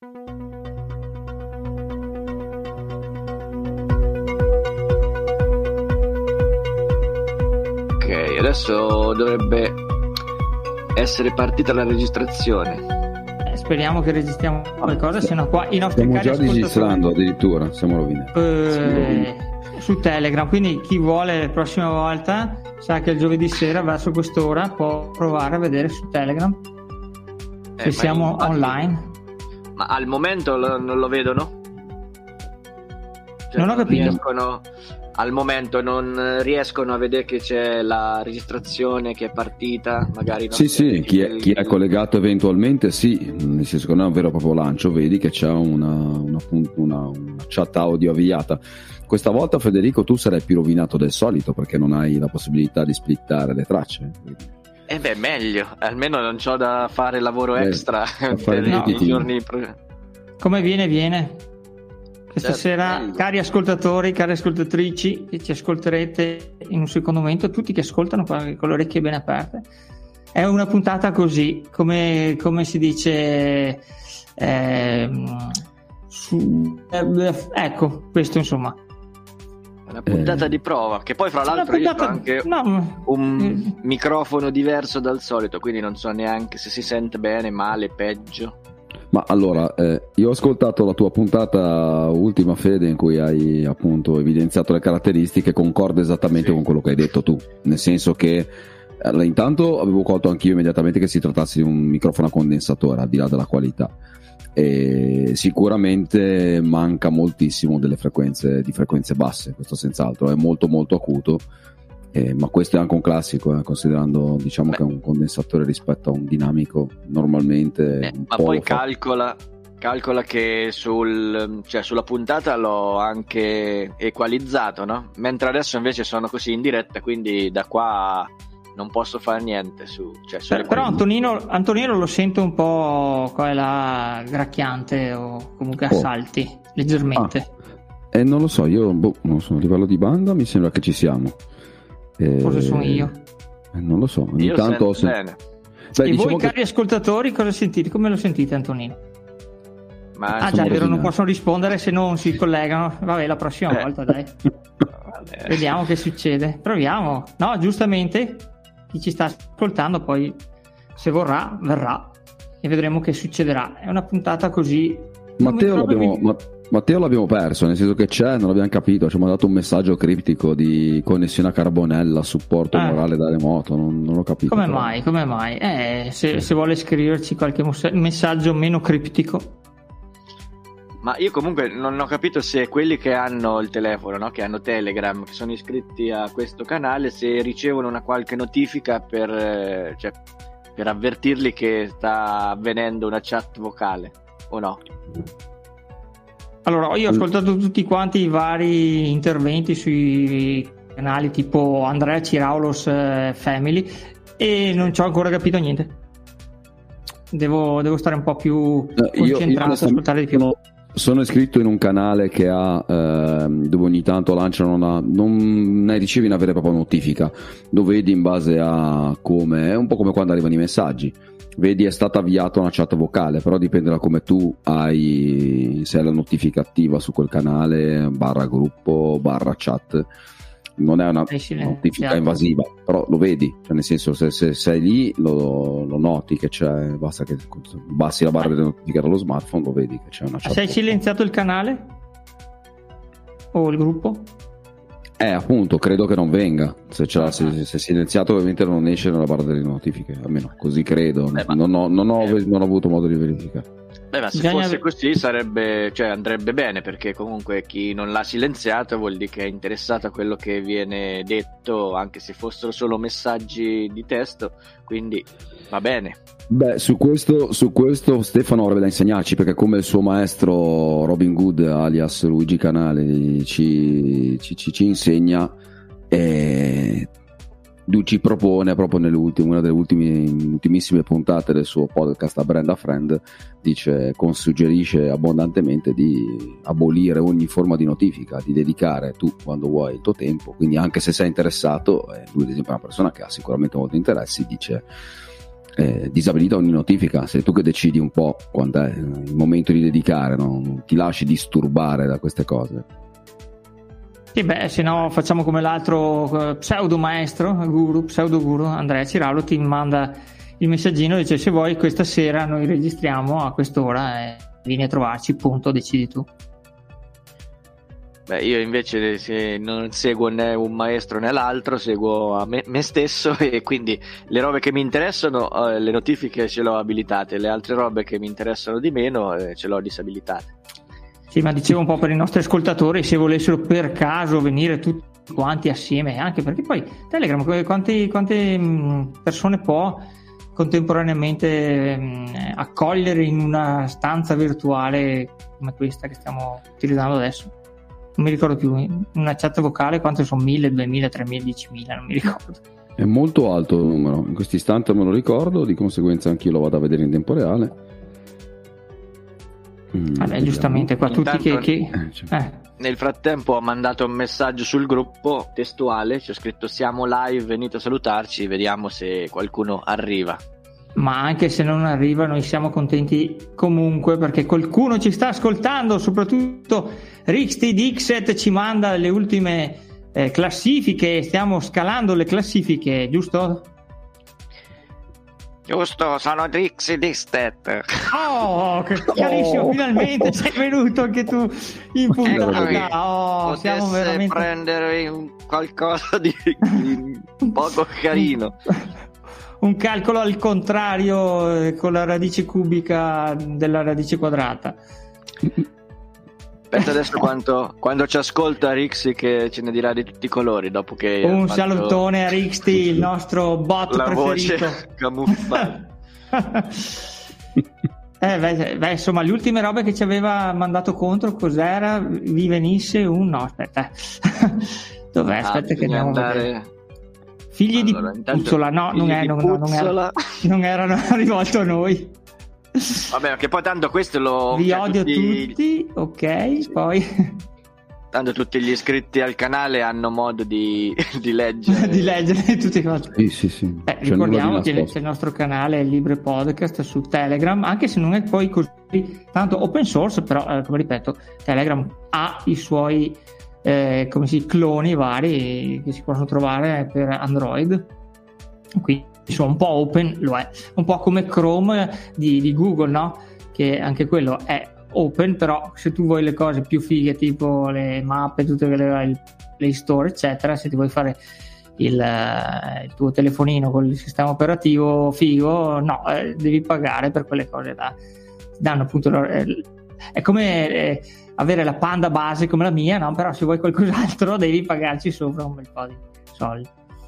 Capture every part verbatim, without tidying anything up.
Ok, adesso dovrebbe essere partita la registrazione. Speriamo che registriamo qualcosa, se no qua i nostri stiamo cari già ascoltatori registrando addirittura, siamo rovinati. eh, su Telegram, quindi chi vuole la prossima volta sa che il giovedì sera verso quest'ora può provare a vedere su Telegram se Eh, siamo infatti- online. Ma al momento lo- non lo vedono? Cioè, Non ho capito. riescono- al momento non riescono a vedere che c'è la registrazione che è partita, magari non Sì, so, sì, chi è, il- chi è collegato eventualmente sì, nel senso che non è un vero e proprio lancio, vedi che c'è una, una, una, una chat audio avviata. Questa volta, Federico, tu sarai più rovinato del solito perché non hai la possibilità di splittare le tracce. Eh beh, meglio, almeno non c'ho da fare lavoro Beh, extra fare per no. i giorni pro- Come viene, viene. Questa Certo, sera, meglio. cari ascoltatori, cari ascoltatrici, che ci ascolterete in un secondo momento, tutti che ascoltano con con le orecchie ben aperte, è una puntata così, come, come si dice, ehm, su, eh, ecco, questo insomma. una puntata Eh. di prova, che poi fra Una l'altro io ho puntata- anche no, un eh, microfono diverso dal solito, quindi non so neanche se si sente bene, male, peggio. Ma allora, eh, io ho ascoltato la tua puntata ultima, Fede, in cui hai appunto evidenziato le caratteristiche, concorde esattamente Sì. con quello che hai detto tu, nel senso che allora, intanto avevo colto anch'io immediatamente che si trattasse di un microfono a condensatore, al di là della qualità, e sicuramente manca moltissimo delle frequenze, di frequenze basse, questo senz'altro, è molto molto acuto. Eh, ma questo è anche un classico, eh, considerando diciamo Beh. che un condensatore rispetto a un dinamico normalmente Eh, un ma po' poi lo fa. calcola, calcola che sul, cioè sulla puntata l'ho anche equalizzato, no? Mentre adesso invece sono così in diretta, quindi da qua non posso fare niente su, cioè sulle Per- però qualità. Antonino, Antonino lo sento un po' qua e là gracchiante o comunque a Oh. salti, leggermente. E non lo so, io boh, non so, a livello di banda mi sembra che ci siamo. Eh, Forse sono io. eh, non lo so, ogni Io tanto ho sento sen- bene, Beh, E diciamo voi che- cari ascoltatori cosa sentite? Come lo sentite Antonino? ma Ah sono già, è vero, non rovinati. possono rispondere se non si collegano. Vabbè, la prossima Eh. volta dai. vabbè. Vediamo che succede. Proviamo. No, giustamente chi ci sta ascoltando poi se vorrà verrà e vedremo che succederà. È una puntata così. Matteo, Come- l'abbiamo, Ma- Matteo l'abbiamo perso, nel senso che c'è, non l'abbiamo capito, ci ha mandato un messaggio criptico di connessione a carbonella, supporto Eh. morale da remoto, non, non l'ho capito. Come però. mai? Come mai? Eh, se, se vuole scriverci qualche mos- messaggio meno criptico. Ma io comunque non ho capito se quelli che hanno il telefono, no? Che hanno Telegram, che sono iscritti a questo canale, se ricevono una qualche notifica per, eh, cioè, per avvertirli che sta avvenendo una chat vocale o no. Allora, io ho ascoltato tutti quanti i vari interventi sui canali tipo Andrea Ciraulos eh, Family e non ci ho ancora capito niente. Devo, devo stare un po' più Eh, io- io concentrato a onestamente ascoltare di più. Sono, sono iscritto in un canale che ha ehm, dove ogni tanto lanciano una, non ne ricevi una vera e propria notifica, lo vedi in base a come, è un po' come quando arrivano i messaggi, vedi è stata avviata una chat vocale, però dipende da come tu hai, se hai la notifica attiva su quel canale barra gruppo barra chat, non è una Hai silenziato. notifica invasiva, però lo vedi, cioè nel senso se, se sei lì lo, lo noti che c'è, basta che bassi la barra delle notifiche dallo smartphone, lo vedi che c'è una chat. Sei silenziato il canale? O il gruppo? Eh, appunto, credo che non venga. Se, c'è, se, se è silenziato, ovviamente non esce nella barra delle notifiche. Almeno così credo. Eh, ma- non, ho, non, ho, eh. non ho avuto modo di verificare. Beh, ma se Bisogna- fosse così sarebbe, cioè andrebbe bene, perché comunque chi non l'ha silenziato vuol dire che è interessato a quello che viene detto, anche se fossero solo messaggi di testo, quindi va bene. Beh, su questo, su questo Stefano avrebbe da insegnarci, perché come il suo maestro Robin Good, alias Luigi Canale, ci, ci, ci, ci insegna, e lui ci propone proprio nell'ultimo, una delle ultime, ultimissime puntate del suo podcast A Brand a Friend, dice, suggerisce abbondantemente di abolire ogni forma di notifica, di dedicare tu quando vuoi il tuo tempo, quindi anche se sei interessato, eh, lui ad esempio è una persona che ha sicuramente molti interessi, dice eh, disabilita ogni notifica. Sei tu che decidi un po' quando è il momento di dedicare, no? Non ti lasci disturbare da queste cose. Sì, beh, se no facciamo come l'altro eh, pseudo maestro, guru, pseudo guru, Andrea Ciraulo ti manda il messaggino, dice se vuoi questa sera noi registriamo a quest'ora e vieni a trovarci, punto, decidi tu. Beh, io invece se non seguo né un maestro né l'altro, seguo a me, me stesso, e quindi le robe che mi interessano, eh, le notifiche ce l'ho abilitate, le altre robe che mi interessano di meno eh, ce l'ho disabilitate. Sì, ma dicevo un po' per i nostri ascoltatori, se volessero per caso venire tutti quanti assieme, anche perché poi Telegram quante, quante persone può contemporaneamente mh, accogliere in una stanza virtuale come questa che stiamo utilizzando adesso? Non mi ricordo più, in una chat vocale quante sono? mille, duemila, tremila, diecimila, non mi ricordo. È molto alto il numero, in questo istante me lo ricordo, di conseguenza anch'io lo vado a vedere in tempo reale. Mm, Vabbè, giustamente qua tutti che, che... Eh. Nel frattempo ho mandato un messaggio sul gruppo testuale, c'è scritto siamo live, venite a salutarci, vediamo se qualcuno arriva. Ma anche se non arriva noi siamo contenti comunque, perché qualcuno ci sta ascoltando, soprattutto Rixty Dixet ci manda le ultime eh, classifiche, stiamo scalando le classifiche, giusto? Giusto, sono Rixty Dixet. Oh, che carissimo, oh. Finalmente sei venuto anche tu in puntata. Oh, siamo veramente... prendere un qualcosa di, di poco carino. Un calcolo al contrario eh, con la radice cubica della radice quadrata. Pensa adesso quanto, quando ci ascolta Rixi che ce ne dirà di tutti i colori dopo che un salutone a Rixi, il nostro bot la preferito. Voce camuffata. eh, beh, beh, insomma, le ultime robe che ci aveva mandato contro cos'era? Vi venisse un no, aspetta. Dov'è? Aspetta ah, che andiamo andare... a vedere. Figli allora, di Puzzola, no, non, è, non, non, era, non erano rivolto a noi. Vabbè, che poi tanto questo lo... Vi odio tutti, tutti ok, sì. Poi... Tanto tutti gli iscritti al canale hanno modo di, di leggere. di leggere tutti i cose. Sì, sì, sì. Eh, ricordiamo che c'è il nostro canale è Libre Podcast su Telegram, anche se non è poi così tanto open source, però, eh, come ripeto, Telegram ha i suoi... Eh, come si cloni vari che si possono trovare per Android, quindi insomma un po' open lo è, un po' come Chrome di, di Google, no? Che anche quello è open, però se tu vuoi le cose più fighe tipo le mappe, tutte le, il Play Store eccetera, se ti vuoi fare il, il tuo telefonino con il sistema operativo figo, no, eh, devi pagare per quelle cose là. Ti danno appunto eh, è come eh, avere la Panda base come la mia, no? Però se vuoi qualcos'altro devi pagarci sopra un bel po' di soldi.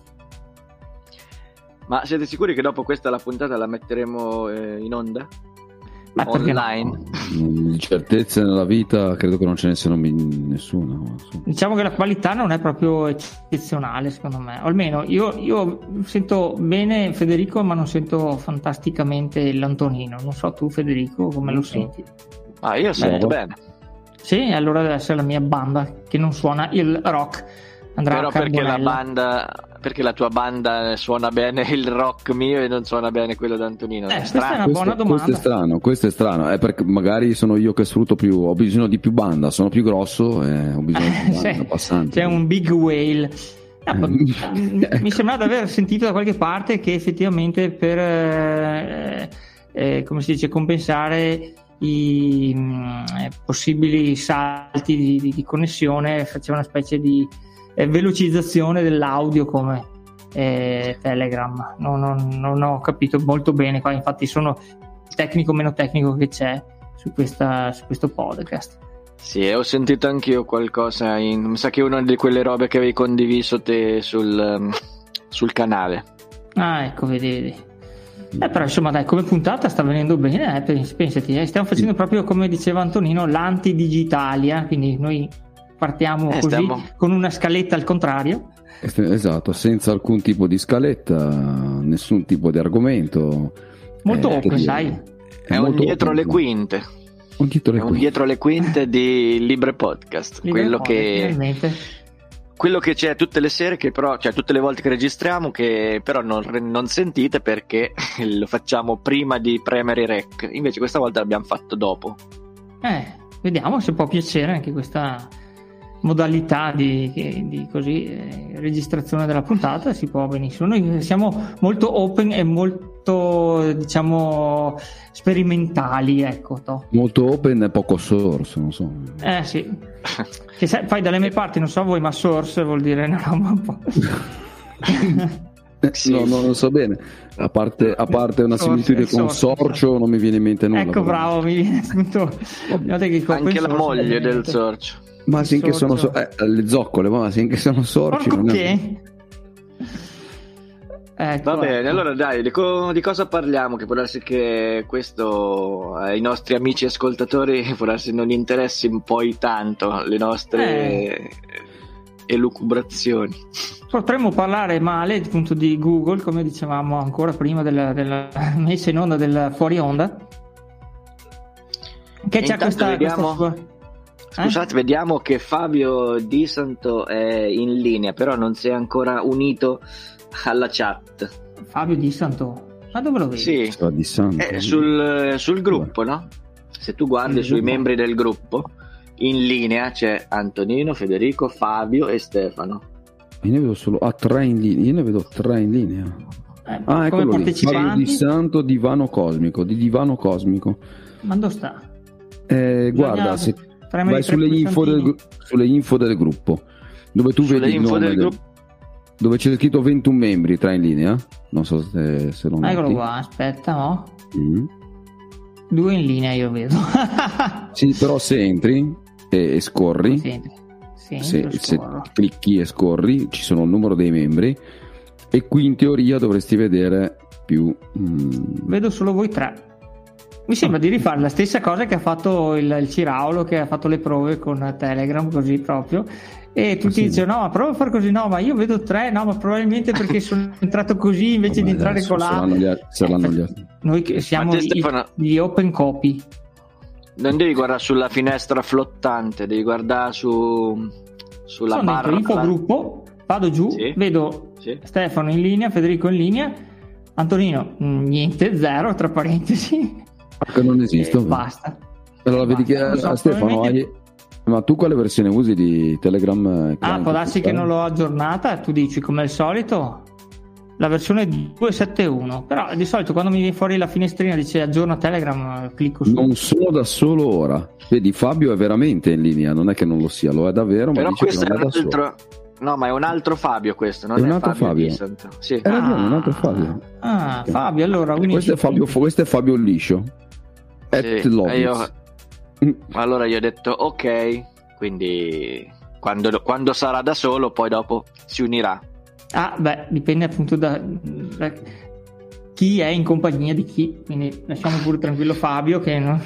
Ma siete sicuri che dopo questa la puntata la metteremo eh, in onda? Ma online? Di certezze nella vita credo che non ce ne siano nessuna. Diciamo che la qualità non è proprio eccezionale secondo me, o almeno io, io sento bene Federico ma non sento fantasticamente l'Antonino. Non so tu Federico come non lo so. Senti? Ah, io sento Beh, bene. Sì, allora deve essere la mia banda che non suona il rock. Andrà Però perché la banda, perché la tua banda suona bene il rock mio e non suona bene quello di Antonino? Eh, è questa è una questo, buona domanda. Questo è strano, questo è strano, è perché magari sono io che sfrutto più, ho bisogno di più banda, sono più grosso e ho bisogno di più banda passante. C'è un big whale. Ah, Eh. mi sembra di aver sentito da qualche parte che effettivamente per eh, eh, come si dice compensare i mh, possibili salti di, di, di connessione faceva una specie di eh, velocizzazione dell'audio come eh, Telegram. Non, non, non ho capito molto bene qua, infatti sono il tecnico meno tecnico che c'è su, questa, su questo podcast. Sì, ho sentito anch'io qualcosa in... mi sa che è una di quelle robe che avevi condiviso te sul, um, sul canale. Ah, ecco, vedi, vedi. Eh, però insomma dai, come puntata sta venendo bene, eh, pensati, eh, stiamo facendo proprio come diceva Antonino l'anti-digitalia, quindi noi partiamo eh, così stiamo... con una scaletta al contrario. Esatto, senza alcun tipo di scaletta, nessun tipo di argomento. Molto eh, open, dai. È, è un dietro open, le quinte. Un dietro le è quinte. un dietro le quinte di Libre Podcast, Libre quello Podcast, che finalmente. quello che c'è tutte le sere, che però, cioè tutte le volte che registriamo, che però non, non sentite perché lo facciamo prima di premere rec. Invece questa volta l'abbiamo fatto dopo. Eh, vediamo se può piacere anche questa modalità di, di così eh, registrazione della puntata. Si può benissimo. Noi siamo molto open e molto, diciamo, sperimentali, ecco. To. Molto open e poco source, non so. Eh sì. Che sai, poi dalle mie parti non so voi, ma source vuol dire una roba un po'. Sì. No, no, non so bene. A parte, a parte una similitudine con sorcio, non mi viene in mente nulla. Ecco, bravo, mi viene appunto. Anche la moglie del sorcio. Ma finché sono so- eh, le zoccole, ma finché sono sorci. Porco non che? Ecco, va bene, ecco. Allora dai, di, co- di cosa parliamo? Che può darsi che questo ai nostri amici ascoltatori può darsi non interessi un po' tanto le nostre eh. elucubrazioni. Potremmo parlare male appunto di Google, come dicevamo ancora prima della, della messa in onda del fuori onda. Che c'è questa, vediamo... questa... Scusate, eh? Vediamo che Fabio Di Santo è in linea, però non si è ancora unito alla chat. Fabio Di Santo? Ma dove lo vedi? Sì, Di Santo. È sul, sul gruppo, no? Se tu guardi sì, sui gruppo. Membri del gruppo, in linea c'è Antonino, Federico, Fabio e Stefano. Io ne vedo solo ah, tre in linea. Io ne vedo tre in linea. Eh, ah, eccolo lì. Fabio Di Santo, divano cosmico. Di divano cosmico. Ma dove sta? Eh, guarda, se vai sulle info, del, sulle info del gruppo, dove tu sulle vedi il nome del gruppo, dove c'è scritto ventuno membri, tra in linea. Non so se, se lo eccolo metti. Qua, aspetta, no? Mm. Due in linea io vedo. Sì, però se entri e, e scorri, sì, sì, se, se clicchi e scorri, ci sono il numero dei membri e qui in teoria dovresti vedere più. Mm... Vedo solo voi tre. Mi sembra di rifare la stessa cosa che ha fatto il, il Ciraulo, che ha fatto le prove con Telegram, così proprio, e tutti ah, sì. dicono no, ma prova a fare così, no, ma io vedo tre, no, ma probabilmente perché sono entrato così invece Vabbè, di entrare con là. Eh, noi siamo gli, gli open copy. Non devi guardare sulla finestra flottante, devi guardare su sulla sono barra. Sono gruppo, vado giù, sì. vedo sì. Stefano in linea, Federico in linea, Antonino niente, zero tra parentesi. Che non esiste, basta. Allora basta. vedi che so, Stefano hai... ma tu quale versione usi di Telegram? Ah, può darsi che non l'ho aggiornata, tu dici come al solito la versione duecentosettantuno, però di solito quando mi viene fuori la finestrina dice aggiorna Telegram, clicco su. Non sono da solo ora, vedi Fabio è veramente in linea, non è che non lo sia, lo è davvero, però ma dice questo che non è, è da altro... solo. No, ma è un altro Fabio questo, non è è un altro Fabio. Fabio. Sì. Hai ragione, ah. un altro Fabio. Ah, okay. Fabio, allora questo è Fabio, questo è Fabio Liscio. Sì, io, allora io ho detto ok, quindi quando, quando sarà da solo poi dopo si unirà. Ah beh, dipende appunto da, da chi è in compagnia di chi, quindi lasciamo pure tranquillo Fabio che non,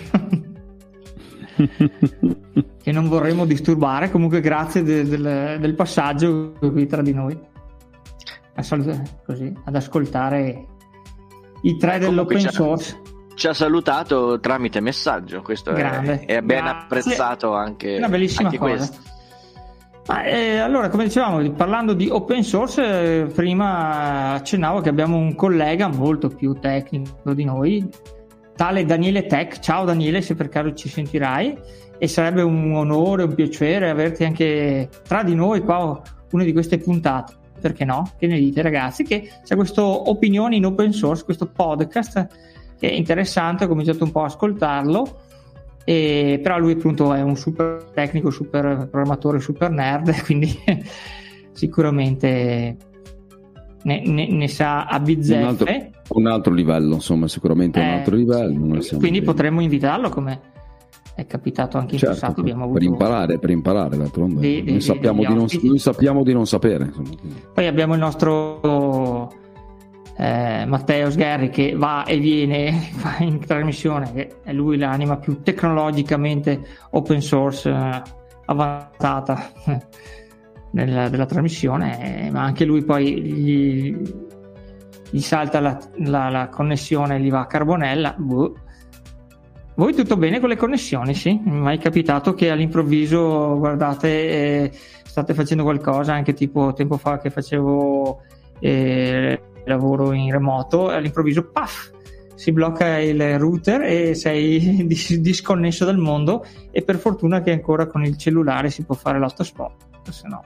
che non vorremmo disturbare. Comunque grazie de, del, del passaggio qui tra di noi a salut- così, ad ascoltare i tre dell'open source. Ci ha salutato tramite messaggio, questo Grande, è, è ben grazie. Apprezzato anche, una bellissima anche cosa. Questo. Ma, eh, allora, come dicevamo, parlando di open source, eh, prima accennavo che abbiamo un collega molto più tecnico di noi, tale Daniele Tech. Ciao Daniele, se per caso ci sentirai, e sarebbe un onore, un piacere averti anche tra di noi qua una di queste puntate, perché no? Che ne dite ragazzi? Che c'è questo Opinioni in Open Source, questo podcast che è interessante, ho cominciato un po' a ascoltarlo, e, però lui appunto è un super tecnico, super programmatore, super nerd, quindi sicuramente ne, ne, ne sa a bizzeffe. Un altro, un altro livello, insomma, sicuramente eh, un altro livello. Non quindi potremmo invitarlo, come è capitato anche in certo, passato. Abbiamo per avuto imparare, per imparare d'altronde. Dei, dei, noi, sappiamo dei di non, noi sappiamo di non sapere. Insomma. Poi abbiamo il nostro eh, Matteo Sgherri che va e viene in trasmissione, che è lui l'anima più tecnologicamente open source eh, avanzata della, della trasmissione, eh, ma anche lui poi gli, gli salta la, la, la connessione, gli va a carbonella. Boh. Voi tutto bene con le connessioni? Sì, mi è capitato che all'improvviso guardate, eh, state facendo qualcosa, anche tipo tempo fa che facevo eh, lavoro in remoto, e all'improvviso paf, si blocca il router e sei dis- disconnesso dal mondo, e per fortuna che ancora con il cellulare si può fare l'hotspot, se no.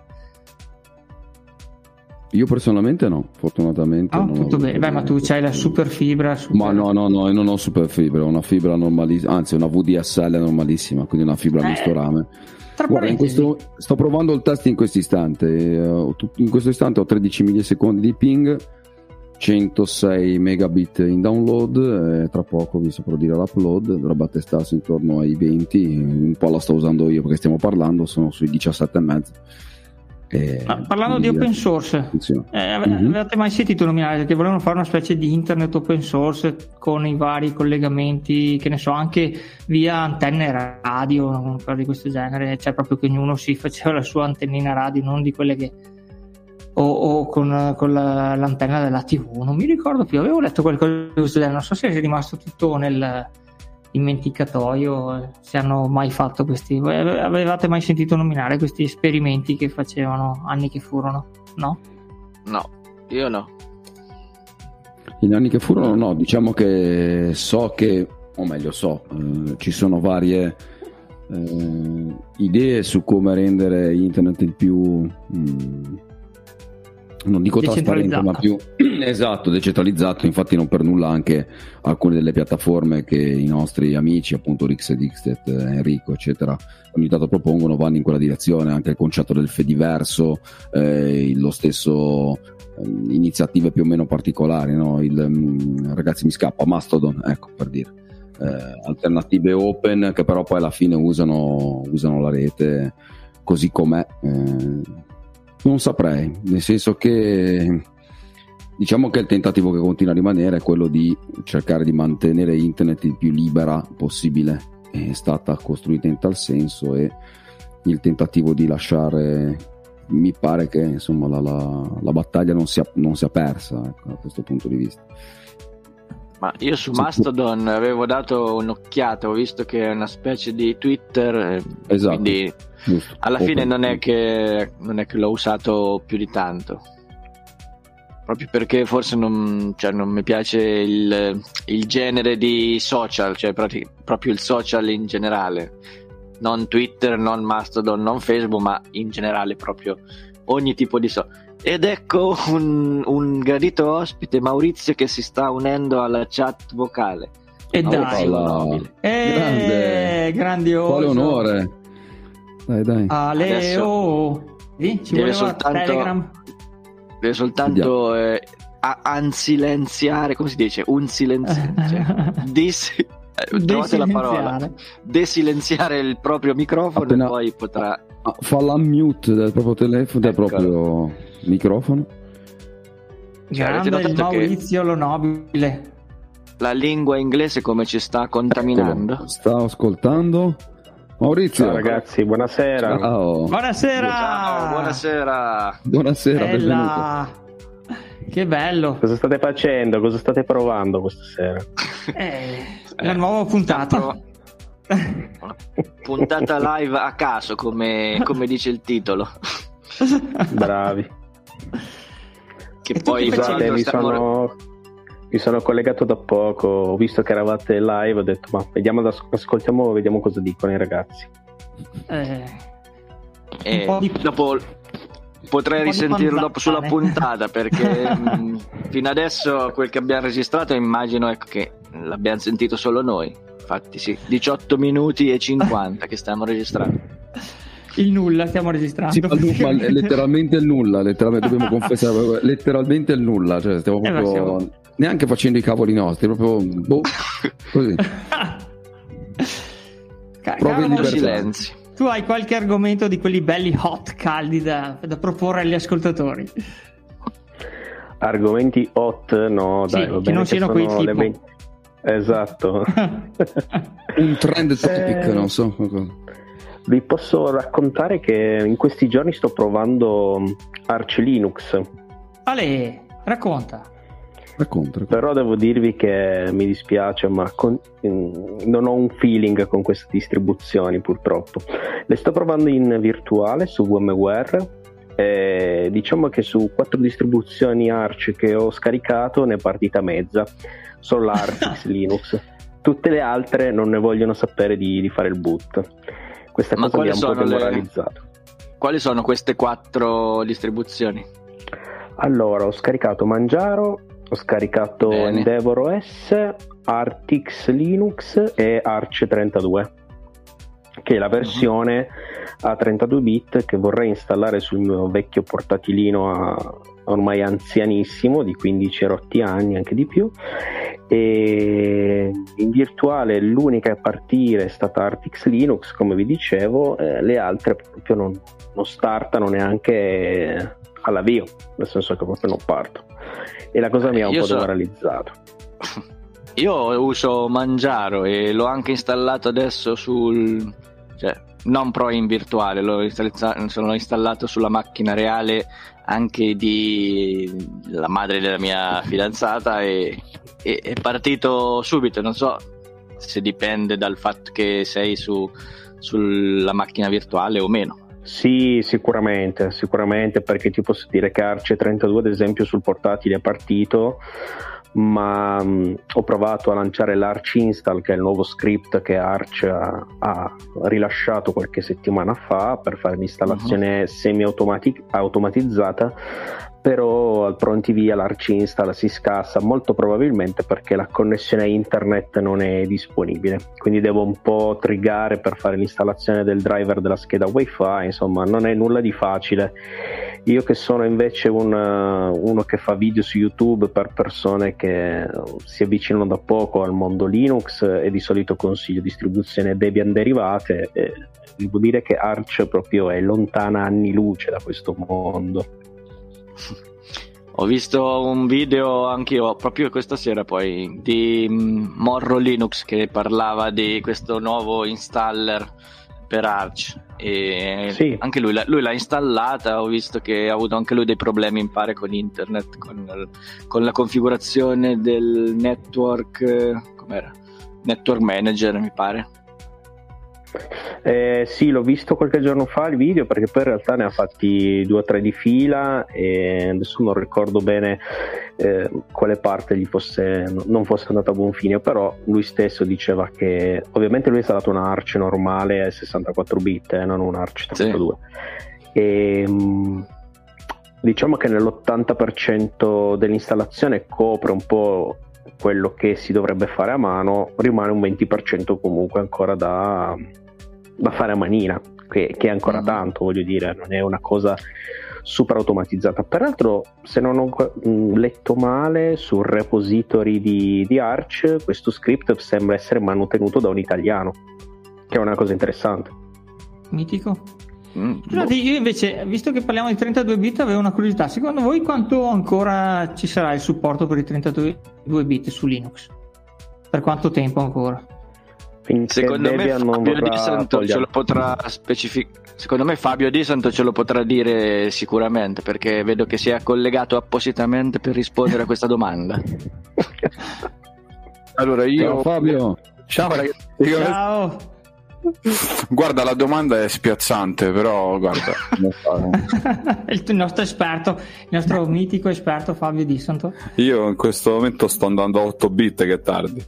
Io personalmente no, fortunatamente. Ah, non tutto bene. Beh, ma tu c'hai la super fibra. Super... Ma no, no, no, io non ho super fibra, ho una fibra normalissima, anzi una V D S L normalissima, quindi una fibra eh, misto rame. Tra Guarda, in questo, sto provando il test in questo istante. In questo istante ho tredici millisecondi di ping, centosei megabit in download, e tra poco vi saprò dire l'upload, dovrebbe attestarsi intorno ai venti, un po' la sto usando io perché stiamo parlando, sono sui diciassette e mezzo. Eh, ah, parlando di open source, eh, ave- mm-hmm. avete mai sentito nominare che volevano fare una specie di internet open source con i vari collegamenti, che ne so, anche via antenne radio, cose di questo genere, cioè proprio che ognuno si faceva la sua antennina radio, non di quelle che o, o con, con la, l'antenna della tivù, non mi ricordo più, avevo letto qualcosa di questo genere, non so se è rimasto tutto nel dimenticatoio, se hanno mai fatto questi, avevate mai sentito nominare questi esperimenti che facevano anni che furono? No? No, io no. In anni che furono no, diciamo che so che, o meglio so, eh, ci sono varie eh, idee su come rendere internet il più mh, non dico trasparente, ma più esatto, decentralizzato. Infatti non per nulla anche alcune delle piattaforme che i nostri amici, appunto Rix ed Ixtet, Enrico eccetera, ogni tanto propongono vanno in quella direzione. Anche il concetto del Fediverso, eh, lo stesso eh, iniziative più o meno particolari, no? Il um, ragazzi mi scappa Mastodon, ecco, per dire eh, alternative open che però poi alla fine usano usano la rete così com'è. eh, Non saprei, nel senso che diciamo che il tentativo che continua a rimanere è quello di cercare di mantenere internet il più libera possibile, è stata costruita in tal senso, e il tentativo di lasciare, mi pare che insomma la, la, la battaglia non sia, non sia persa, ecco, da questo punto di vista. Ma io su Mastodon avevo dato un'occhiata, ho visto che è una specie di Twitter, esatto, quindi giusto. alla Open. fine non è che non è che l'ho usato più di tanto, proprio perché forse non, cioè, non mi piace il, il genere di social, cioè proprio, proprio il social in generale, non Twitter, non Mastodon, non Facebook, ma in generale proprio ogni tipo di social. Ed ecco un, un gradito ospite, Maurizio, che si sta unendo alla chat vocale. E dai, nobile. Eh, grande, grandioso. Quale onore. Dai, dai. Aleo. Sì, ci deve voleva soltanto, Telegram. Deve soltanto eh, a, ansilenziare, come si dice? Un silenzio. Cioè, dis, eh, trovate la parola. Desilenziare il proprio microfono. Appena, e poi potrà. Ah, fa l'unmute del proprio telefono, ecco. Del proprio microfono. Grande il Maurizio Lo Nobile. La lingua inglese come ci sta contaminando. Ecco, sta ascoltando Maurizio. Ciao ragazzi, buonasera. Ciao. Buonasera. Ciao, buonasera. Buonasera, Bella. Benvenuto. Che bello. Cosa state facendo? Cosa state provando questa sera? Eh, la nuova puntata. Una puntata live a caso, come, come dice il titolo. Bravi. Che poi scusate, mi stiamo... sono mi sono collegato da poco, ho visto che eravate live, ho detto ma vediamo, ascoltiamo, vediamo cosa dicono i ragazzi. Eh, eh, di... dopo potrei risentirlo dopo sulla puntata, perché mh, fino adesso quel che abbiamo registrato immagino, ecco, che l'abbiamo sentito solo noi. Infatti sì, diciotto minuti e cinquanta che stiamo registrando. Il nulla stiamo registrando. Sì, ma, ma letteralmente il nulla, letteralmente dobbiamo confessare, letteralmente il nulla, cioè stiamo proprio eh, siamo... neanche facendo i cavoli nostri, proprio boh, così. Caro silenzio. Tu hai qualche argomento di quelli belli hot, caldi da, da proporre agli ascoltatori? Argomenti hot? No, dai, sì, va che bene, non siano quei tipo. Le venti... Esatto. Un trend topic, eh... non so. Vi posso raccontare che in questi giorni sto provando Arch Linux. Ale, racconta. Racconta, racconta. Però devo dirvi che mi dispiace, ma con, non ho un feeling con queste distribuzioni purtroppo. Le sto provando in virtuale su VMware e diciamo che su quattro distribuzioni Arch che ho scaricato ne è partita mezza, solo l'Artix Linux. Tutte le altre non ne vogliono sapere di, di fare il boot. Questa Ma cosa mi ha un po' sono le- demoralizzato. Quali sono queste quattro distribuzioni? Allora, ho scaricato Manjaro, ho scaricato Bene. Endeavor O S, Artix Linux e Arch trentadue, che è la versione a trentadue bit che vorrei installare sul mio vecchio portatilino a, ormai anzianissimo di quindici rotti anni, anche di più. E in virtuale l'unica a partire è stata Artix Linux, come vi dicevo, eh, le altre proprio non, non startano neanche all'avvio, nel senso che proprio non parto, e la cosa mi ha un Io po' so- demoralizzato. Io uso Manjaro e l'ho anche installato adesso sul, cioè non pro in virtuale, l'ho installato, sono installato sulla macchina reale anche di la madre della mia fidanzata e, e è partito subito. Non so se dipende dal fatto che sei su sulla macchina virtuale o meno. Sì, sicuramente, sicuramente, perché ti posso dire che Arch trentadue ad esempio sul portatile è partito, ma mh, ho provato a lanciare l'Arch Install, che è il nuovo script che Arch ha, ha rilasciato qualche settimana fa per fare l'installazione uh-huh. semi-automatizzata, però al pronti via l'Arch Install si scassa molto probabilmente perché la connessione a internet non è disponibile, quindi devo un po' triggare per fare l'installazione del driver della scheda wifi. Insomma, non è nulla di facile. Io che sono invece un, uno che fa video su YouTube per persone che si avvicinano da poco al mondo Linux e di solito consiglio distribuzioni Debian derivate, e devo dire che Arch proprio è lontana anni luce da questo mondo. Ho visto un video anch'io proprio questa sera poi di Morro Linux che parlava di questo nuovo installer per Arch e sì. anche lui, lui l'ha installata. Ho visto che ha avuto anche lui dei problemi in pare con internet, con, con la configurazione del network, com'era? Network manager mi pare. Eh, sì, l'ho visto qualche giorno fa il video, perché poi in realtà ne ha fatti due o tre di fila e adesso non ricordo bene eh, quale parte gli fosse, non fosse andata a buon fine, però lui stesso diceva che ovviamente lui ha installato una Arch normale a sessantaquattro bit, eh, non un Arch trentadue, sì. E mh, diciamo che nell'ottanta per cento dell'installazione copre un po' quello che si dovrebbe fare a mano, rimane un venti per cento comunque ancora da da fare a manina, che, che è ancora mm. tanto, voglio dire, non è una cosa super automatizzata. Peraltro, se non ho mh, letto male, sul repository di, di Arch questo script sembra essere mantenuto da un italiano, che è una cosa interessante. Mitico. Mm, Scusate, io invece, visto che parliamo di trentadue bit, avevo una curiosità. Secondo voi quanto ancora ci sarà il supporto per i trentadue bit su Linux? Per quanto tempo ancora? Finché Secondo me Debian non Fabio vorrà Di Santo togliere. ce lo potrà specificare. Secondo me Fabio Di Santo ce lo potrà dire sicuramente, perché vedo che si è collegato appositamente per rispondere a questa domanda. Allora io Ciao Fabio. Ciao ragazzi. Io... Ciao. Guarda, la domanda è spiazzante, però guarda. il nostro esperto, il nostro mitico esperto Fabio Di Santo. Io in questo momento sto andando a otto bit, che è tardi.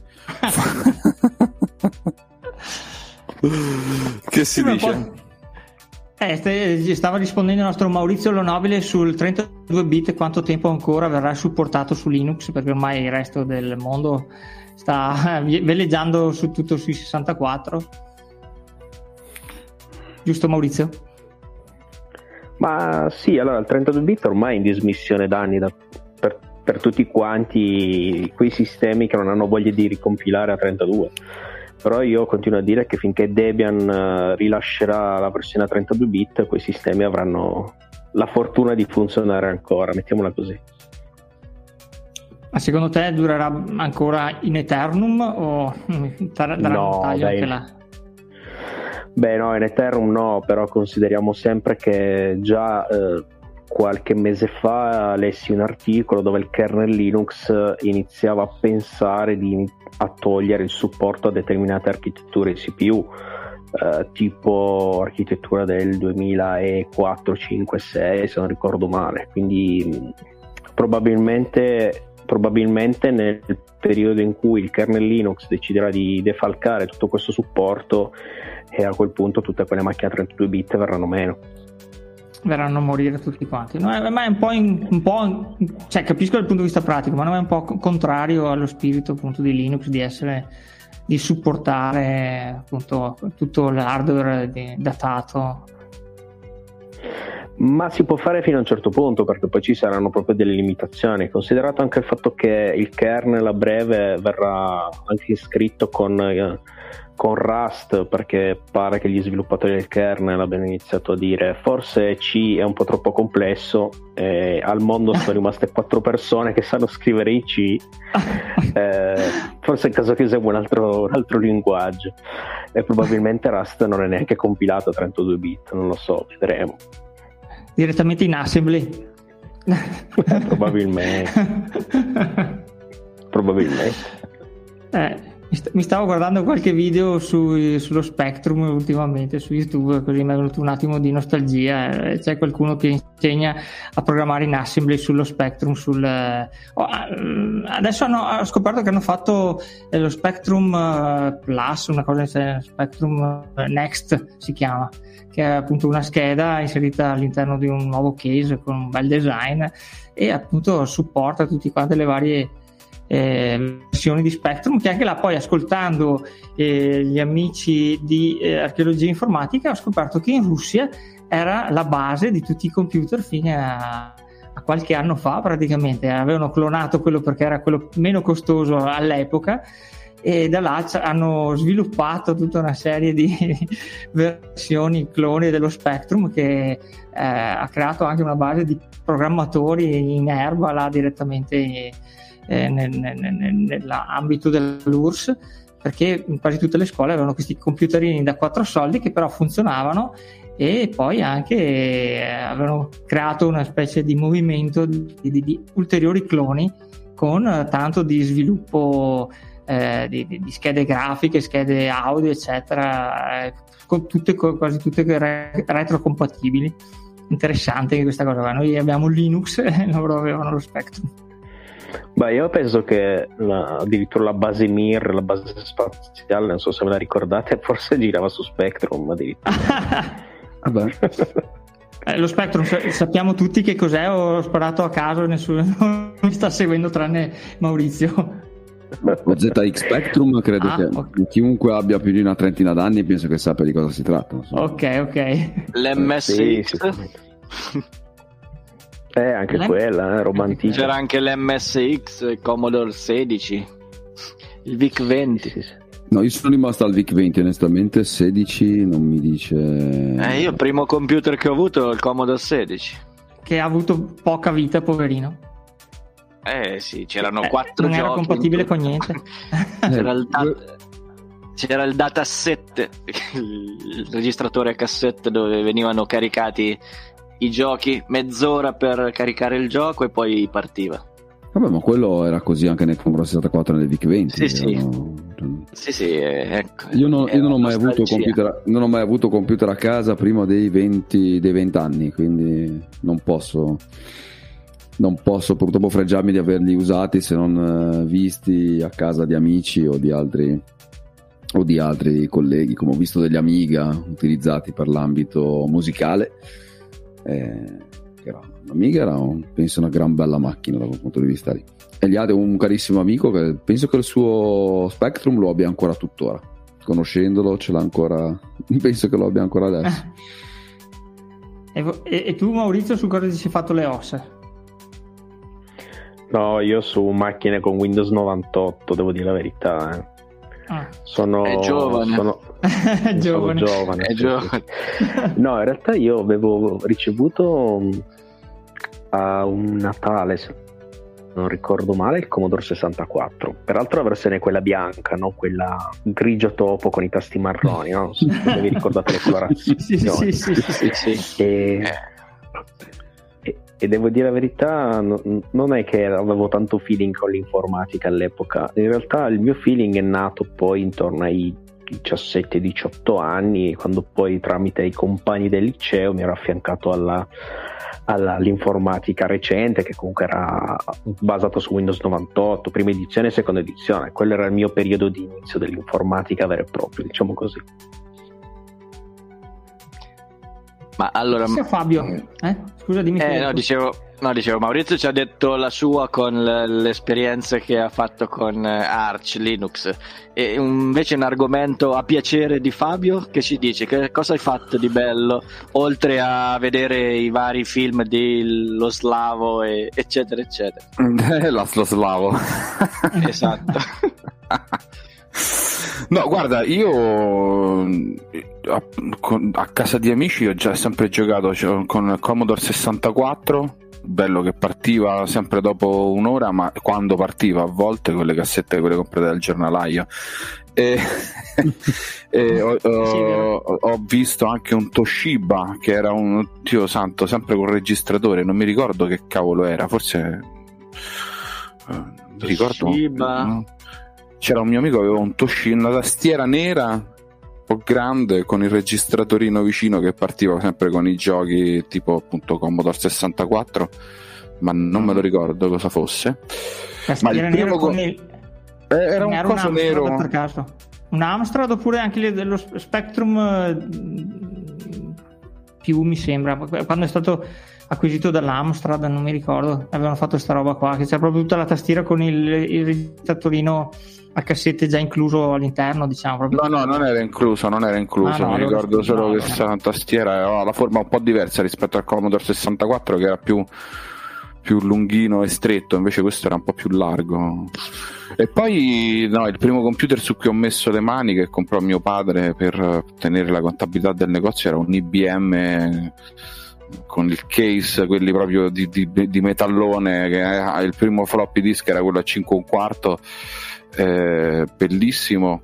Che si Sì, dice? Eh, stava rispondendo il nostro Maurizio Lonobile sul trentadue bit, quanto tempo ancora verrà supportato su Linux, perché ormai il resto del mondo sta veleggiando su tutto sui sessantaquattro. Giusto Maurizio? Ma sì, allora il trentadue bit ormai è in dismissione da anni da, per, per tutti quanti quei sistemi che non hanno voglia di ricompilare a trentadue. Però io continuo a dire che finché Debian uh, rilascerà la versione a trentadue bit, quei sistemi avranno la fortuna di funzionare ancora, mettiamola così. Ma secondo te durerà ancora in eternum o darà no, un taglio dai. anche là? Beh no, in Ethereum no, però consideriamo sempre che già eh, qualche mese fa lessi un articolo dove il kernel Linux iniziava a pensare di a togliere il supporto a determinate architetture C P U, eh, tipo architettura del duemilaquattro, cinque, sei, se non ricordo male. Quindi probabilmente probabilmente nel periodo in cui il kernel Linux deciderà di defalcare tutto questo supporto, e a quel punto tutte quelle macchine a trentadue bit verranno meno. Verranno a morire tutti quanti. No, ma è un po', in, un po' cioè capisco dal punto di vista pratico, ma non è un po' contrario allo spirito appunto di Linux di essere di supportare appunto tutto l'hardware di, datato? Ma si può fare fino a un certo punto, perché poi ci saranno proprio delle limitazioni, considerato anche il fatto che il kernel a breve verrà anche scritto con, eh, con Rust, perché pare che gli sviluppatori del kernel abbiano iniziato a dire forse C è un po' troppo complesso, e al mondo sono rimaste quattro persone che sanno scrivere in C, eh, forse è il caso che usiamo un altro, un altro linguaggio, e probabilmente Rust non è neanche compilato a trentadue bit, non lo so, vedremo. Direttamente in assembly? Probabilmente. Probabilmente. Eh, mi stavo guardando qualche video su, sullo Spectrum ultimamente su YouTube, così mi è venuto un attimo di nostalgia. Eh, c'è qualcuno che insegna a programmare in assembly sullo Spectrum. Sul, eh, oh, adesso hanno, ho scoperto che hanno fatto eh, lo Spectrum uh, Plus, una cosa in Spectrum uh, Next si chiama, che è appunto una scheda inserita all'interno di un nuovo case con un bel design, e appunto supporta tutte quante le varie eh, versioni di Spectrum, che anche là poi ascoltando eh, gli amici di eh, archeologia informatica ho scoperto che in Russia era la base di tutti i computer fino a, a qualche anno fa praticamente. Avevano clonato quello perché era quello meno costoso all'epoca, e da là hanno sviluppato tutta una serie di versioni cloni dello Spectrum, che eh, ha creato anche una base di programmatori in erba là direttamente eh, nel, nel, nell'ambito dell'U R S S, perché in quasi tutte le scuole avevano questi computerini da quattro soldi che però funzionavano, e poi anche eh, avevano creato una specie di movimento di, di, di ulteriori cloni con eh, tanto di sviluppo Eh, di, di, di schede grafiche, schede audio eccetera, eh, con tutte, quasi tutte re, retrocompatibili. Interessante questa cosa. Noi abbiamo Linux e loro avevano lo Spectrum. Beh, io penso che la, addirittura la base M I R, la base spaziale, non so se ve la ricordate, forse girava su Spectrum addirittura. Vabbè. Eh, lo Spectrum sappiamo tutti che cos'è, ho sparato a caso, nessuno non mi sta seguendo tranne Maurizio. Lo Z X Spectrum credo ah, che okay. Chiunque abbia più di una trentina d'anni penso che sappia di cosa si tratta. Insomma. Ok, ok. L'M S X. Sì, sì. Eh, anche L'M... quella, eh, roba antica. C'era anche l'M S X, il Commodore sedici, il V I C venti. Sì, sì. No, io sono rimasto al V I C venti, onestamente. Sedici non mi dice. Eh, io il primo computer che ho avuto è il Commodore sedici. Che ha avuto poca vita, poverino. Eh sì, c'erano eh, quattro non giochi. Non era compatibile con niente. C'era il dat- c'era il dataset, il registratore a cassette dove venivano caricati i giochi, mezz'ora per caricare il gioco e poi partiva. Vabbè, ma quello era così anche nel Commodore sessantaquattro e nel V I C venti. Sì, erano... sì. Sì, sì, ecco. Io non, io non ho mai avuto computer, non ho mai avuto computer a casa prima dei venti dei venti anni, quindi non posso non posso purtroppo fregiarmi di averli usati, se non visti a casa di amici o di altri o di altri colleghi, come ho visto degli Amiga utilizzati per l'ambito musicale. Eh, L'Amiga era un, penso una gran bella macchina da quel punto di vista lì. E gli altri, un carissimo amico che penso che il suo Spectrum lo abbia ancora tuttora, conoscendolo ce l'ha ancora, penso che lo abbia ancora adesso. e, e tu Maurizio su cosa ti sei fatto le ossa? No, io su macchine con Windows novantotto, devo dire la verità. Eh. Ah. Sono è giovane. Sono, è giovane. Sono giovane. È sì, giovane. Sì. No, in realtà io avevo ricevuto a un Natale, se non ricordo male, il Commodore sessantaquattro. Peraltro la versione quella bianca, no? Quella grigio topo con i tasti marroni, no? Se vi ricordate le colorazioni. sì, sì, sì, sì, sì, sì. E... E, e devo dire la verità, no, non è che avevo tanto feeling con l'informatica all'epoca. In realtà il mio feeling è nato poi intorno ai diciassette diciotto anni, quando poi tramite i compagni del liceo mi ero affiancato alla, alla, all'informatica recente, che comunque era basata su Windows novantotto, prima edizione e seconda edizione. Quello era il mio periodo di inizio dell'informatica vero e proprio, diciamo così. Ma allora, Sia Fabio, eh? Scusa, dimmi. eh, no, dicevo, no, dicevo, Maurizio ci ha detto la sua con le, le esperienze che ha fatto con Arch Linux, e invece un argomento a piacere di Fabio, che ci dici? Che cosa hai fatto di bello, oltre a vedere i vari film di Lo Slavo e, eccetera eccetera? La lo slavo. Esatto. No, guarda, io a, con, a casa di amici ho già sempre giocato, cioè, con Commodore sessantaquattro, bello che partiva sempre dopo un'ora, ma quando partiva a volte con le cassette, quelle comprate dal giornalaio, e, e ho, ho, ho visto anche un Toshiba che era un, Dio santo, sempre con registratore, non mi ricordo che cavolo era, forse eh, mi ricordo Toshiba. C'era un mio amico che aveva un Toshiba, una tastiera nera un po' grande con il registratorino vicino che partiva sempre con i giochi tipo appunto Commodore sessantaquattro, ma non me lo ricordo cosa fosse. Ma il primo con... il... eh, era un coso nero per caso. Un Amstrad oppure anche dello Spectrum più, mi sembra, quando è stato acquisito dall'Amstrad, non mi ricordo, avevano fatto sta roba qua, che c'era proprio tutta la tastiera con il, il registratorino a cassette già incluso all'interno, diciamo. Proprio. No, no, non era incluso, non era incluso, ah, no, mi ricordo solo no, che questa no. tastiera aveva la forma un po' diversa rispetto al Commodore sessantaquattro, che era più, più lunghino e stretto, invece questo era un po' più largo. E poi no, il primo computer su cui ho messo le mani, che comprò mio padre per tenere la contabilità del negozio, era un I B M con il case, quelli proprio di, di, di metallone, che eh, il primo floppy disk era quello a cinque e un quarto, eh, bellissimo,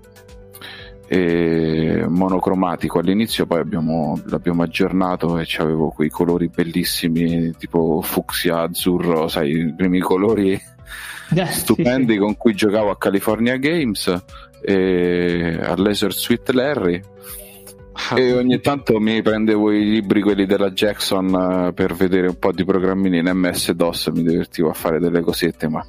e monocromatico all'inizio, poi abbiamo, l'abbiamo aggiornato e c'avevo quei colori bellissimi tipo fucsia, azzurro, sai, i primi colori yeah, stupendi sì, sì. con cui giocavo a California Games e a Laser Sweet Larry. E ogni tanto mi prendevo i libri, quelli della Jackson, uh, per vedere un po' di programmini in M S DOS, mi divertivo a fare delle cosette, ma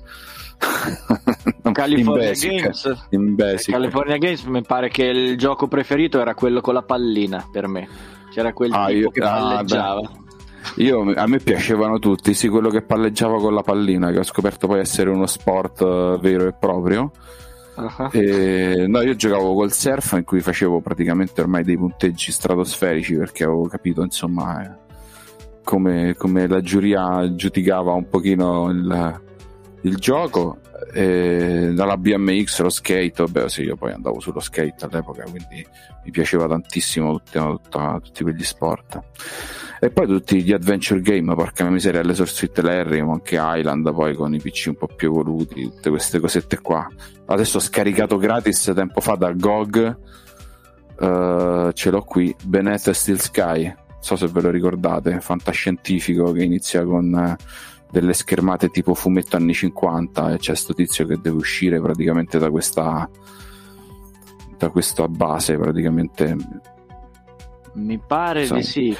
California in basic, Games in basic. California Games mi pare che il gioco preferito era quello con la pallina, per me c'era quel ah, tipo io, che palleggiava. Ah, io, a me piacevano tutti, sì, quello che palleggiava con la pallina, che ho scoperto poi essere uno sport uh, vero e proprio. Uh-huh. E, no, io giocavo col surf, in cui facevo praticamente ormai dei punteggi stratosferici, perché avevo capito insomma eh, come, come la giuria giudicava un pochino il, il gioco. E dalla B M X, lo skate, beh sì, io poi andavo sullo skate all'epoca, quindi mi piaceva tantissimo tutti, tutta, tutti quegli sport. E poi tutti gli adventure game, porca miseria, Laser Sweet Larry, Monkey Island, poi con i P C un po' più evoluti, tutte queste cosette qua. Adesso ho scaricato gratis tempo fa da G O G, uh, ce l'ho qui, Beneath Steel Sky, non so se ve lo ricordate, fantascientifico che inizia con uh, delle schermate tipo fumetto anni cinquanta, e c'è sto tizio che deve uscire praticamente da questa da questa base praticamente. Mi pare so. di sì.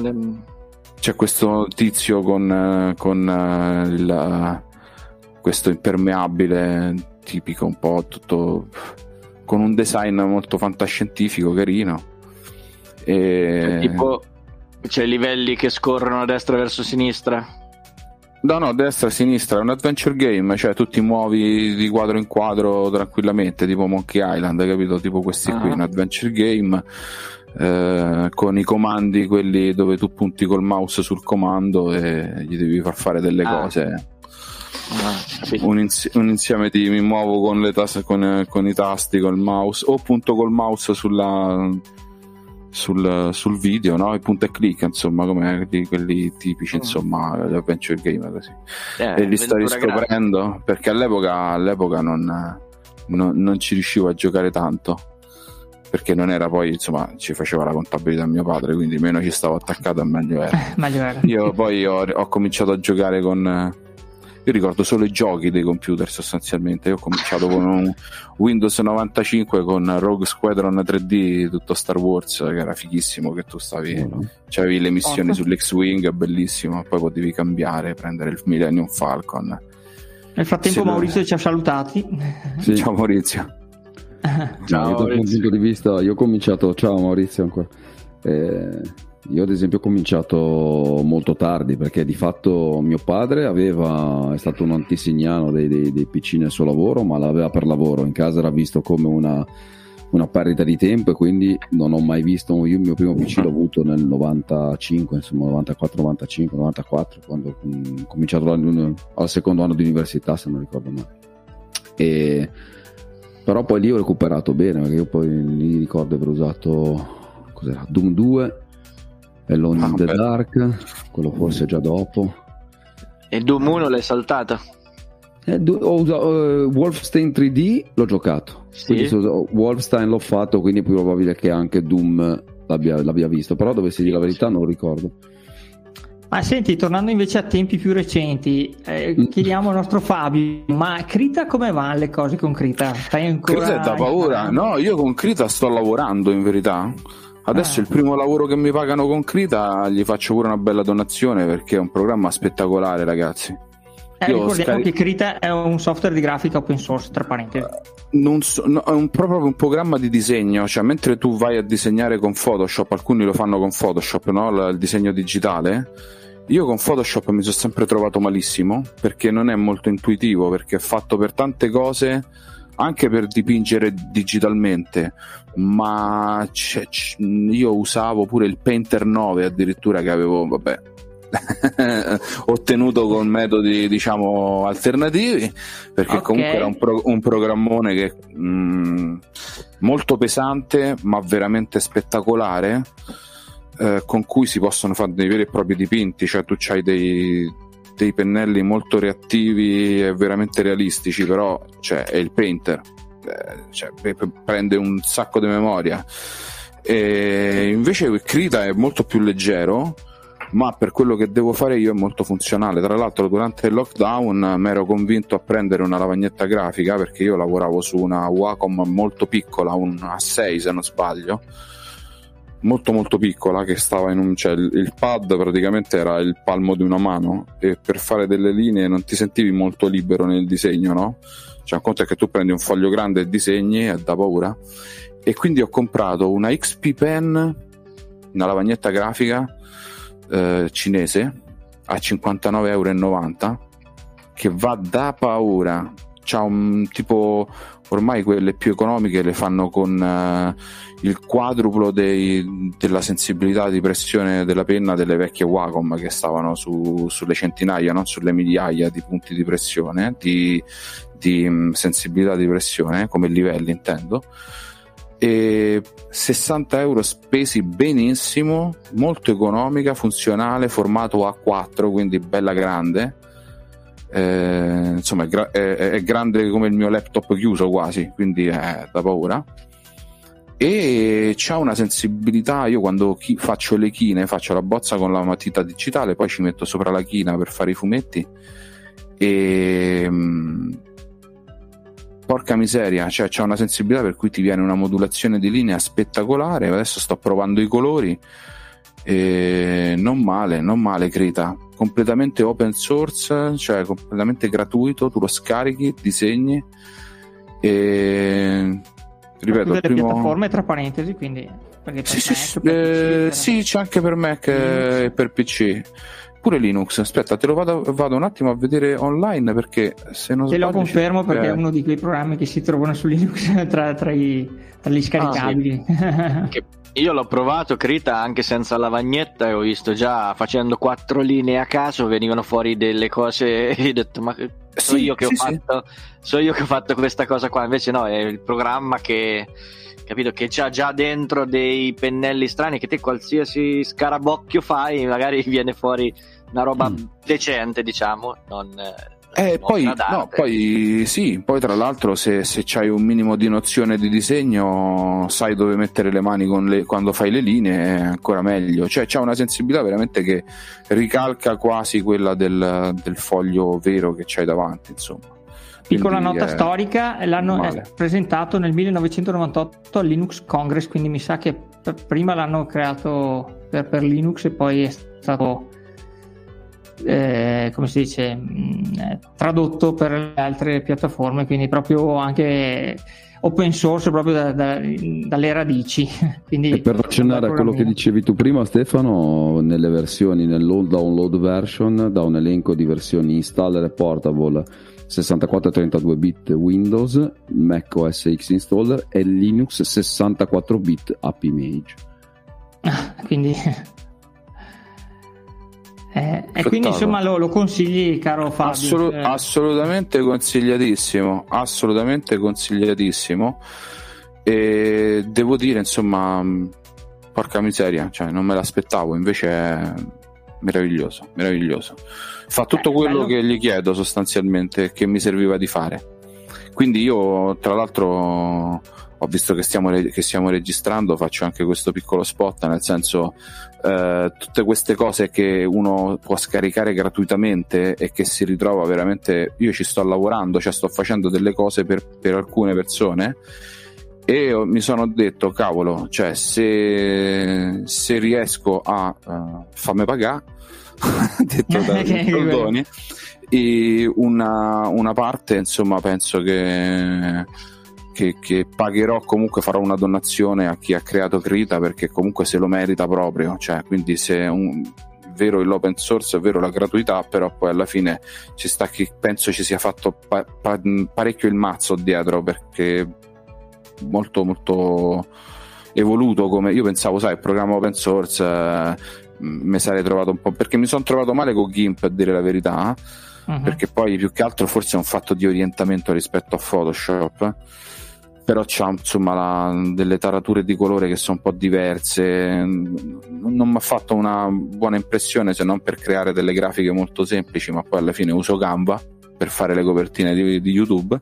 C'è questo tizio con, con uh, il, uh, questo impermeabile tipico, un po' tutto con un design molto fantascientifico, carino. E... tipo c'è livelli che scorrono a destra verso sinistra? No, no, destra e sinistra, è un adventure game, cioè tu ti muovi di quadro in quadro tranquillamente, tipo Monkey Island, capito? Tipo questi uh-huh. qui, un adventure game eh, con i comandi, quelli dove tu punti col mouse sul comando e gli devi far fare delle ah. cose. Ah, sì. un, insi- un insieme di mi muovo con le taste, con, con i tasti, col mouse, o punto col mouse sulla sul, sul video, no? E punta e clicca, insomma, come di quelli tipici, insomma, gli adventure game così. Eh, e li sto riscoprendo grande. Perché all'epoca all'epoca non, non, non ci riuscivo a giocare tanto, perché non era poi, insomma, ci faceva la contabilità mio padre, quindi meno ci stavo attaccato meglio era. meglio era. Io poi ho, ho cominciato a giocare con, io ricordo solo i giochi dei computer sostanzialmente. Io ho cominciato con un Windows novantacinque con Rogue Squadron tre D, tutto Star Wars, che era fighissimo, che tu stavi, mm. c'avevi le missioni oh. sull'X-Wing, bellissimo, poi potevi cambiare, prendere il Millennium Falcon. Nel frattempo Se Maurizio lo... ci ha salutati. Sì. Ciao Maurizio. Ciao, no, Maurizio. Da un punto di vista, io ho cominciato, ciao Maurizio ancora, eh, io ad esempio ho cominciato molto tardi, perché di fatto mio padre aveva, è stato un antesignano dei, dei, dei P C nel suo lavoro, ma l'aveva per lavoro, in casa era visto come una, una perdita di tempo, e quindi non ho mai visto, io il mio primo P C l'ho avuto nel novantacinque, insomma novantaquattro novantacinque novantaquattro, quando ho cominciato al, al secondo anno di università, se non ricordo male. E però poi lì ho recuperato bene, perché io poi lì ricordo aver usato, cos'era, Doom due, Alone ah, in the beh. Dark, quello forse già dopo. E Doom uno l'hai saltata? Eh, ho usato uh, Wolfenstein tre D, l'ho giocato, sì. So, Wolfenstein l'ho fatto, quindi è più probabile che anche Doom l'abbia, l'abbia visto, però dovessi dire la verità non lo ricordo. Ma senti, tornando invece a tempi più recenti, eh, chiediamo al nostro Fabio, ma Krita come vanno le cose con Krita? Stai ancora Krita è da paura? No, io con Krita sto lavorando in verità. Adesso ah. il primo lavoro che mi pagano con Krita gli faccio pure una bella donazione, perché è un programma spettacolare, ragazzi. Eh, ricordiamo scari... che Krita è un software di grafica open source, tra parentesi. Non so, no, è un, proprio un programma di disegno, cioè mentre tu vai a disegnare con Photoshop, alcuni lo fanno con Photoshop, no? Il disegno digitale. Io con Photoshop mi sono sempre trovato malissimo, perché non è molto intuitivo, perché è fatto per tante cose, anche per dipingere digitalmente, ma c'è, c'è, io usavo pure il Painter nove addirittura, che avevo, vabbè, ottenuto con metodi, diciamo, alternativi, perché okay. comunque era un, pro, un programmone che mh, molto pesante ma veramente spettacolare, eh, con cui si possono fare dei veri e propri dipinti, cioè tu c'hai dei, dei pennelli molto reattivi e veramente realistici, però cioè, è il Painter, eh, cioè, prende un sacco di memoria. E invece Krita è molto più leggero, ma per quello che devo fare io è molto funzionale. Tra l'altro durante il lockdown mi ero convinto a prendere una lavagnetta grafica, perché io lavoravo su una Wacom molto piccola, un A sei se non sbaglio, molto molto piccola, che stava in un, cioè il, il pad praticamente era il palmo di una mano, e per fare delle linee non ti sentivi molto libero nel disegno, no? Cioè un conto è che tu prendi un foglio grande e disegni e dà paura. E quindi ho comprato una X P Pen, una lavagnetta grafica eh, cinese a cinquantanove e novanta euro, che va da paura. C'ha un tipo, ormai quelle più economiche le fanno con eh, il quadruplo dei, della sensibilità di pressione della penna delle vecchie Wacom, che stavano su, sulle centinaia, non sulle migliaia di punti di pressione, di, di um, sensibilità di pressione, come livelli intendo. E sessanta euro spesi benissimo, molto economica, funzionale, formato A quattro, quindi bella grande. Eh, insomma è, gra- è, è grande come il mio laptop chiuso quasi, quindi è da paura, e c'ha una sensibilità. Io quando chi- faccio le chine faccio la bozza con la matita digitale, poi ci metto sopra la china per fare i fumetti, e mh, porca miseria, cioè c'ha una sensibilità per cui ti viene una modulazione di linea spettacolare. Adesso sto provando i colori e non male, non male Krita, completamente open source, cioè completamente gratuito, tu lo scarichi, disegni, e ripeto, le primo... piattaforme tra parentesi, quindi perché sì, sì, sì, eh, P C, sì, c'è anche per Mac e mm. per P C, pure Linux. Aspetta, te lo vado, vado un attimo a vedere online, perché se non te sbaglio lo confermo, perché eh. è uno di quei programmi che si trovano su Linux tra, tra, i, tra gli scaricabili. Ah, sì. Che io l'ho provato Krita anche senza lavagnetta, e ho visto già, facendo quattro linee a caso, venivano fuori delle cose e ho detto ma so sì, io che sì, ho fatto sì. so io che ho fatto questa cosa qua. Invece no, è il programma che, capito, che c'ha già dentro dei pennelli strani, che te qualsiasi scarabocchio fai magari viene fuori una roba mm. decente, diciamo, non, Eh, poi, no, poi sì, poi tra l'altro se, se c'hai un minimo di nozione di disegno sai dove mettere le mani con le, quando fai le linee, è ancora meglio, cioè c'ha una sensibilità veramente che ricalca quasi quella del, del foglio vero che c'hai davanti, insomma. Piccola nota storica, l'hanno presentato nel millenovecentonovantotto al Linux Congress, quindi mi sa che per, prima l'hanno creato per, per Linux e poi è stato eh, come si dice mh, tradotto per le altre piattaforme, quindi proprio anche open source proprio da, da, dalle radici. Quindi, e per accennare a quello che dicevi tu prima, Stefano, nelle versioni, nel download version, da un elenco di versioni installer e portable sessantaquattro e trentadue bit Windows, Mac O S X installer e Linux sessantaquattro bit App Image. Ah, quindi eh, e quindi insomma lo, lo consigli, caro Fabio? Assolut- eh. Assolutamente consigliatissimo, assolutamente consigliatissimo. E devo dire, insomma, porca miseria, cioè non me l'aspettavo, invece è meraviglioso, meraviglioso. Fa tutto eh, quello bello. Che gli chiedo sostanzialmente, che mi serviva di fare. Quindi io, tra l'altro, ho visto che stiamo, che stiamo registrando, faccio anche questo piccolo spot, nel senso eh, tutte queste cose che uno può scaricare gratuitamente e che si ritrova veramente, io ci sto lavorando, cioè sto facendo delle cose per, per alcune persone e mi sono detto, cavolo, cioè se, se riesco a uh, farmi pagare detto da Goldoni, e una, una parte, insomma, penso che, che che pagherò, comunque farò una donazione a chi ha creato Krita, perché comunque se lo merita proprio, cioè, quindi se un vero l'open source, è vero la gratuità, però poi alla fine ci sta chi penso ci sia fatto pa- pa- parecchio il mazzo dietro, perché molto molto evoluto, come io pensavo, sai, il programma open source eh, mi sarei trovato un po', perché mi sono trovato male con GIMP, a dire la verità, uh-huh. perché poi più che altro forse è un fatto di orientamento rispetto a Photoshop, eh. però c'ha, insomma, la, delle tarature di colore che sono un po' diverse, non mi ha fatto una buona impressione, se non per creare delle grafiche molto semplici, ma poi alla fine uso Canva per fare le copertine di, di YouTube,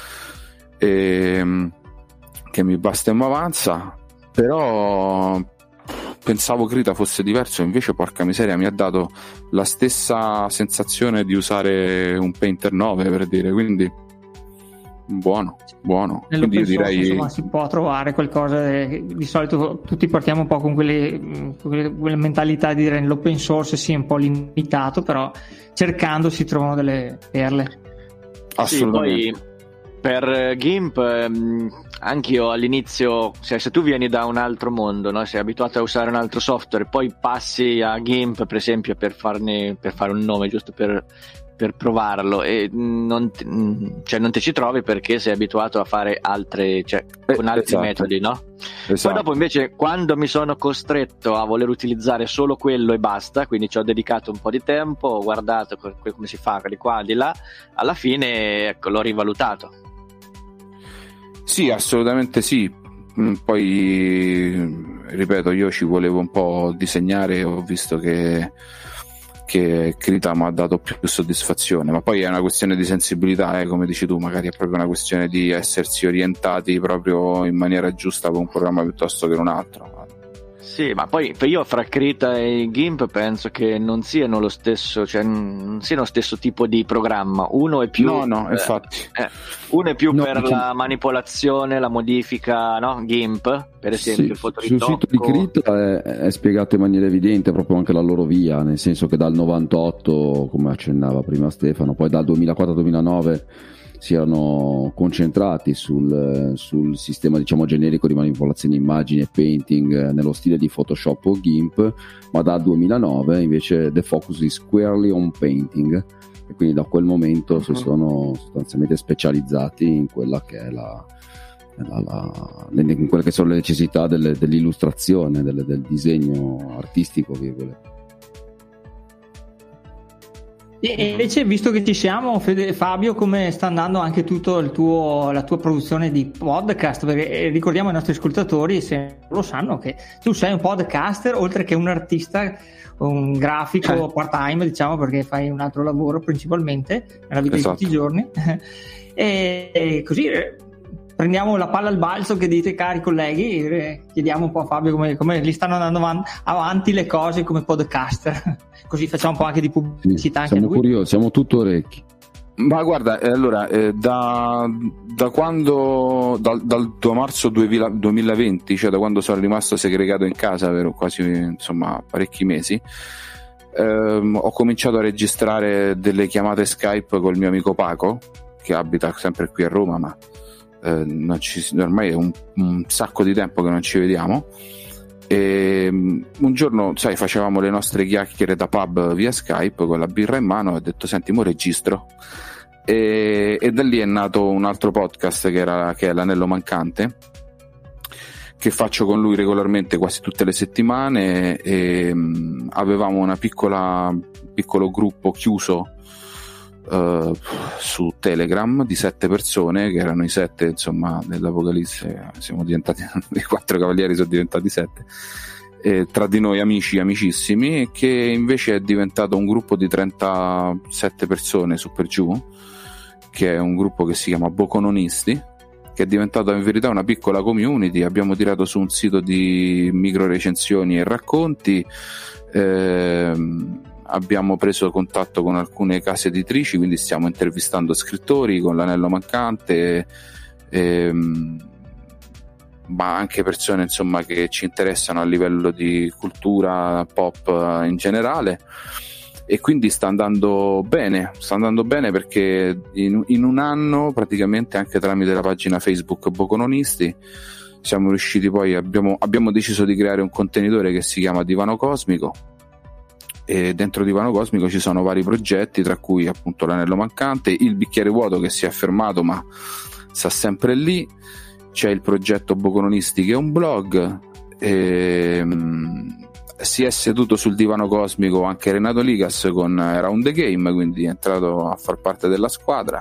e che mi basta e mi avanza. Però pensavo Krita fosse diverso, invece porca miseria mi ha dato la stessa sensazione di usare un Painter nove, per dire, quindi buono, buono. Quindi io direi, insomma, si può trovare qualcosa che, di solito tutti partiamo un po' con quelle, quelle, quelle mentalità di dire l'open source sia un po' limitato, però cercando si trovano delle perle. Assolutamente. Sì, poi per GIMP ehm, anch'io all'inizio, cioè, se tu vieni da un altro mondo, no? Sei abituato a usare un altro software, poi passi a GIMP, per esempio, per farne, per fare un nome, giusto per, per provarlo, e non, cioè, non ti ci trovi perché sei abituato a fare altre, cioè, con altri esatto. metodi, no? Esatto. Poi dopo invece, quando mi sono costretto a voler utilizzare solo quello e basta, quindi ci ho dedicato un po' di tempo, ho guardato come si fa di qua, di là, alla fine, ecco, l'ho rivalutato. Sì, assolutamente sì. Poi ripeto, io ci volevo un po' disegnare, ho visto che che Krita mi ha dato più soddisfazione, ma poi è una questione di sensibilità, eh, come dici tu, magari è proprio una questione di essersi orientati proprio in maniera giusta con un programma piuttosto che un altro. Sì, ma poi io fra Krita e GIMP penso che non siano lo stesso, cioè non siano lo stesso tipo di programma. Uno è più no, no, eh, infatti. Eh, uno è più no, per perché... la manipolazione, la modifica, no? GIMP, per esempio, sì, il fotoritocco. Sul sito di Krita è, è spiegato in maniera evidente proprio anche la loro via, nel senso che dal novantotto, come accennava prima Stefano, poi dal duemilaquattro duemilanove si erano concentrati sul, sul sistema, diciamo, generico di manipolazione immagini e painting nello stile di Photoshop o GIMP, ma dal duemilanove invece the focus is squarely on painting, e quindi da quel momento uh-huh. si sono sostanzialmente specializzati in quella che è la, la, la in quelle che sono le necessità delle, dell'illustrazione, delle, del disegno artistico, virgole. E invece, visto che ci siamo, Fede, Fabio, come sta andando anche tutto il tuo, la tua produzione di podcast? Perché ricordiamo ai nostri ascoltatori, se lo sanno, che tu sei un podcaster oltre che un artista, un grafico part time, diciamo, perché fai un altro lavoro principalmente nella vita esatto. di tutti i giorni. e, e così prendiamo la palla al balzo, che dite, cari colleghi, chiediamo un po' a Fabio come, come gli stanno andando avanti le cose come podcaster, così facciamo un po' anche di pubblicità. Sì, siamo curiosi, siamo tutto orecchi. Ma guarda, eh, allora, eh, da, da quando, dal, dal due marzo duemilaventi, cioè da quando sono rimasto segregato in casa per quasi, insomma, parecchi mesi, ehm, ho cominciato a registrare delle chiamate Skype col mio amico Paco, che abita sempre qui a Roma, ma Eh, non ci, ormai è un, un sacco di tempo che non ci vediamo, e um, un giorno, sai, facevamo le nostre chiacchiere da pub via Skype con la birra in mano, e ho detto senti, mo registro, e, e da lì è nato un altro podcast che, era, che è l'Anello Mancante, che faccio con lui regolarmente quasi tutte le settimane, e um, avevamo una piccola piccolo gruppo chiuso Uh, su Telegram di sette persone, che erano i sette, insomma, dell'Apocalisse. Siamo diventati i quattro cavalieri, sono diventati sette, e tra di noi amici amicissimi, che invece è diventato un gruppo di trentasette persone su per giù, che è un gruppo che si chiama Bocononisti, che è diventato in verità una piccola community. Abbiamo tirato su un sito di micro recensioni e racconti, ehm, abbiamo preso contatto con alcune case editrici, quindi stiamo intervistando scrittori con l'Anello Mancante, ehm, ma anche persone, insomma, che ci interessano a livello di cultura pop in generale, e quindi sta andando bene, sta andando bene perché in, in un anno, praticamente, anche tramite la pagina Facebook Bocononisti, siamo riusciti poi, abbiamo, abbiamo deciso di creare un contenitore che si chiama Divano Cosmico, e dentro Divano Cosmico ci sono vari progetti, tra cui appunto l'Anello Mancante, il Bicchiere Vuoto, che si è fermato ma sta sempre lì, c'è il progetto Bocononisti, che è un blog, e, um, si è seduto sul Divano Cosmico anche Renato Ligas con Around the Game, quindi è entrato a far parte della squadra,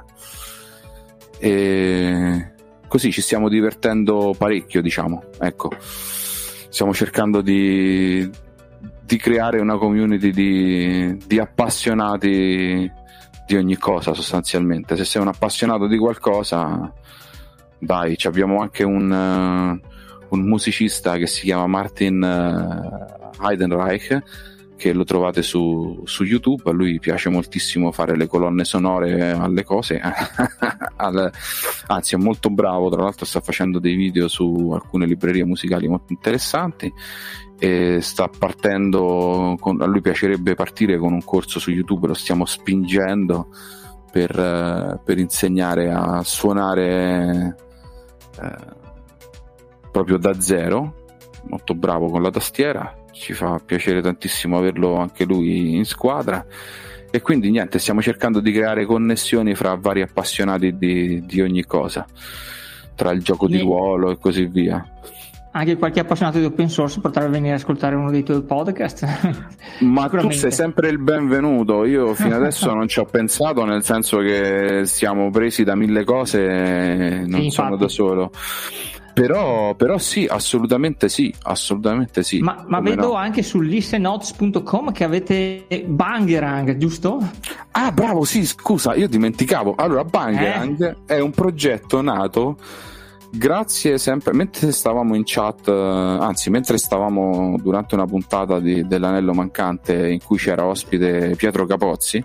e così ci stiamo divertendo parecchio, diciamo, ecco, stiamo cercando di di creare una community di, di appassionati di ogni cosa, sostanzialmente. Se sei un appassionato di qualcosa, dai, abbiamo anche un, uh, un musicista che si chiama Martin uh, Heidenreich, che lo trovate su, su YouTube. A lui piace moltissimo fare le colonne sonore alle cose Al, anzi è molto bravo, tra l'altro sta facendo dei video su alcune librerie musicali molto interessanti, e sta partendo con, a lui piacerebbe partire con un corso su YouTube, lo stiamo spingendo per, uh, per insegnare a suonare uh, proprio da zero, molto bravo con la tastiera, ci fa piacere tantissimo averlo anche lui in squadra, e quindi niente, stiamo cercando di creare connessioni fra vari appassionati di, di ogni cosa, tra il gioco di ruolo e così via. Anche qualche appassionato di open source potrà venire a ascoltare uno dei tuoi podcast. Ma tu sei sempre il benvenuto. Io fino adesso non ci ho pensato, nel senso che siamo presi da mille cose, non sì, sono da solo. Però, però sì, assolutamente sì, assolutamente sì. Ma, ma vedo no. anche su listenotes punto com che avete Bangerang, giusto? Ah, bravo, sì, scusa, io dimenticavo. Allora, Bangerang eh. è un progetto nato grazie sempre, mentre stavamo in chat, anzi, mentre stavamo durante una puntata di, dell'Anello Mancante in cui c'era ospite Pietro Capozzi,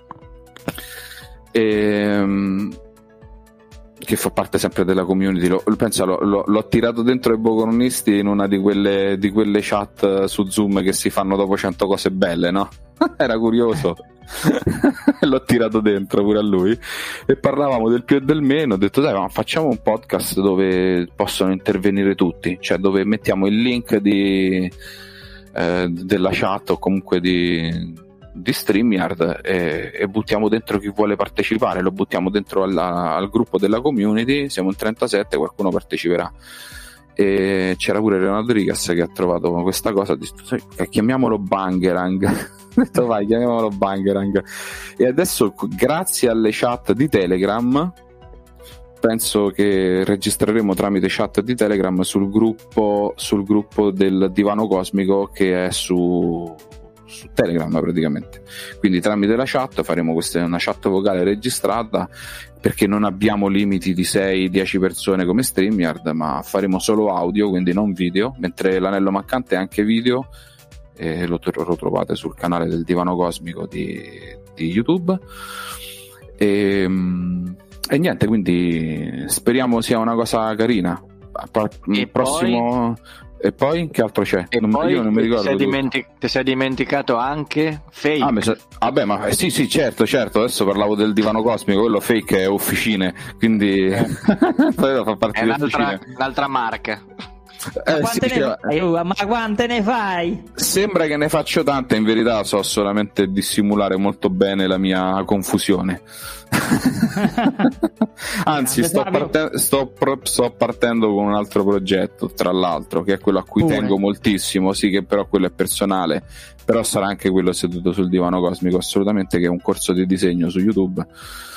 e che fa parte sempre della community, lo, penso, lo, lo, l'ho tirato dentro ai Bocononisti in una di quelle, di quelle chat su Zoom che si fanno dopo cento cose belle, no? Era curioso. L'ho tirato dentro pure a lui, e parlavamo del più e del meno. Ho detto dai, ma facciamo un podcast dove possono intervenire tutti, cioè dove mettiamo il link di, eh, della chat o comunque di di StreamYard, e, e buttiamo dentro chi vuole partecipare, lo buttiamo dentro alla, al gruppo della community, siamo in trentasette, qualcuno parteciperà, e c'era pure Leonardo Rigas che ha trovato questa cosa, ha detto chiamiamolo Bangerang. Ho detto vai, chiamiamolo Bangerang. E adesso grazie alle chat di Telegram penso che registreremo tramite chat di Telegram sul gruppo sul gruppo del Divano Cosmico che è su, su Telegram praticamente. Quindi tramite la chat faremo questa, una chat vocale registrata, perché non abbiamo limiti di sei dieci persone come StreamYard, ma faremo solo audio, quindi non video, mentre l'anello mancante è anche video, e lo, lo trovate sul canale del Divano Cosmico di, di YouTube. E, e niente, quindi speriamo sia una cosa carina. Il prossimo... Poi... E poi che altro c'è? E non, poi io non mi ricordo. Ti sei, dimentic- ti sei dimenticato anche Fake. Ah, sa- vabbè, ma sì, sì, certo, certo. Adesso parlavo del Divano Cosmico, quello Fake è Officine, quindi eh. poi fa parte è un'altra, un'altra marca. Eh, ma, sì, ne fai, uh, ma quante ne fai? Sembra che ne faccio tante, in verità so solamente dissimulare molto bene la mia confusione. Anzi, sto, parte- sto, pro- sto partendo con un altro progetto, tra l'altro, che è quello a cui Pure. tengo moltissimo, sì, che però quello è personale, però sarà anche quello seduto sul Divano Cosmico, assolutamente, che è un corso di disegno su YouTube.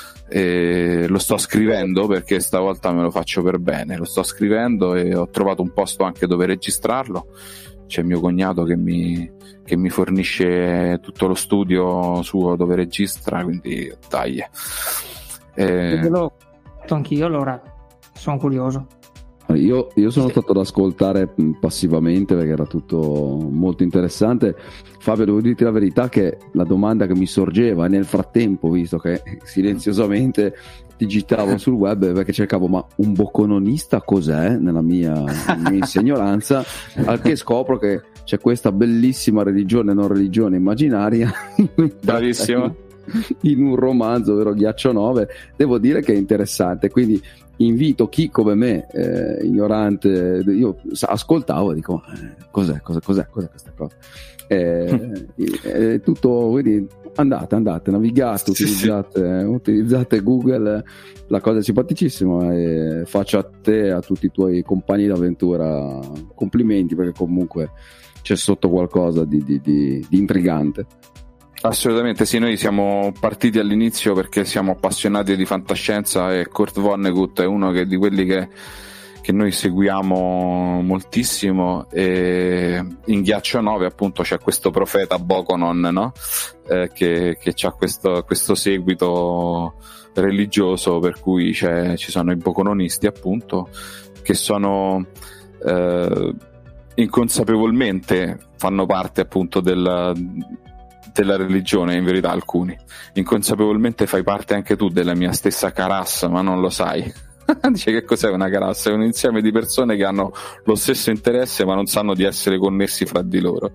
E lo sto scrivendo, perché stavolta me lo faccio per bene, lo sto scrivendo e ho trovato un posto anche dove registrarlo. C'è mio cognato che mi, che mi fornisce tutto lo studio suo dove registra, quindi dai. E... L'ho fatto anch'io, allora sono curioso. Io, io sono stato ad ascoltare passivamente perché era tutto molto interessante. Fabio, devo dirti la verità che la domanda che mi sorgeva nel frattempo, visto che silenziosamente digitavo sul web, perché cercavo ma un boccononista cos'è, nella mia, nella mia ignoranza, al che scopro che c'è questa bellissima religione non religione immaginaria bravissimo in un romanzo, ovvero Ghiaccio nove. Devo dire che è interessante, quindi invito chi come me, eh, ignorante, io ascoltavo e dico eh, cos'è, cos'è, cos'è, cos'è questa cosa, eh, è tutto, quindi andate, andate, navigate, utilizzate, utilizzate Google, la cosa è simpaticissima, e faccio a te e a tutti i tuoi compagni d'avventura complimenti, perché comunque c'è sotto qualcosa di, di, di, di intrigante. Assolutamente sì, noi siamo partiti all'inizio perché siamo appassionati di fantascienza e Kurt Vonnegut è uno che, di quelli che, che noi seguiamo moltissimo, e in Ghiaccio nove appunto c'è questo profeta Bokonon, no? Eh, che, che ha questo, questo seguito religioso, per cui c'è, ci sono i bocononisti appunto, che sono eh, inconsapevolmente fanno parte appunto del della religione, in verità alcuni inconsapevolmente fai parte anche tu della mia stessa carassa, ma non lo sai. Dice che cos'è una carassa? È un insieme di persone che hanno lo stesso interesse ma non sanno di essere connessi fra di loro,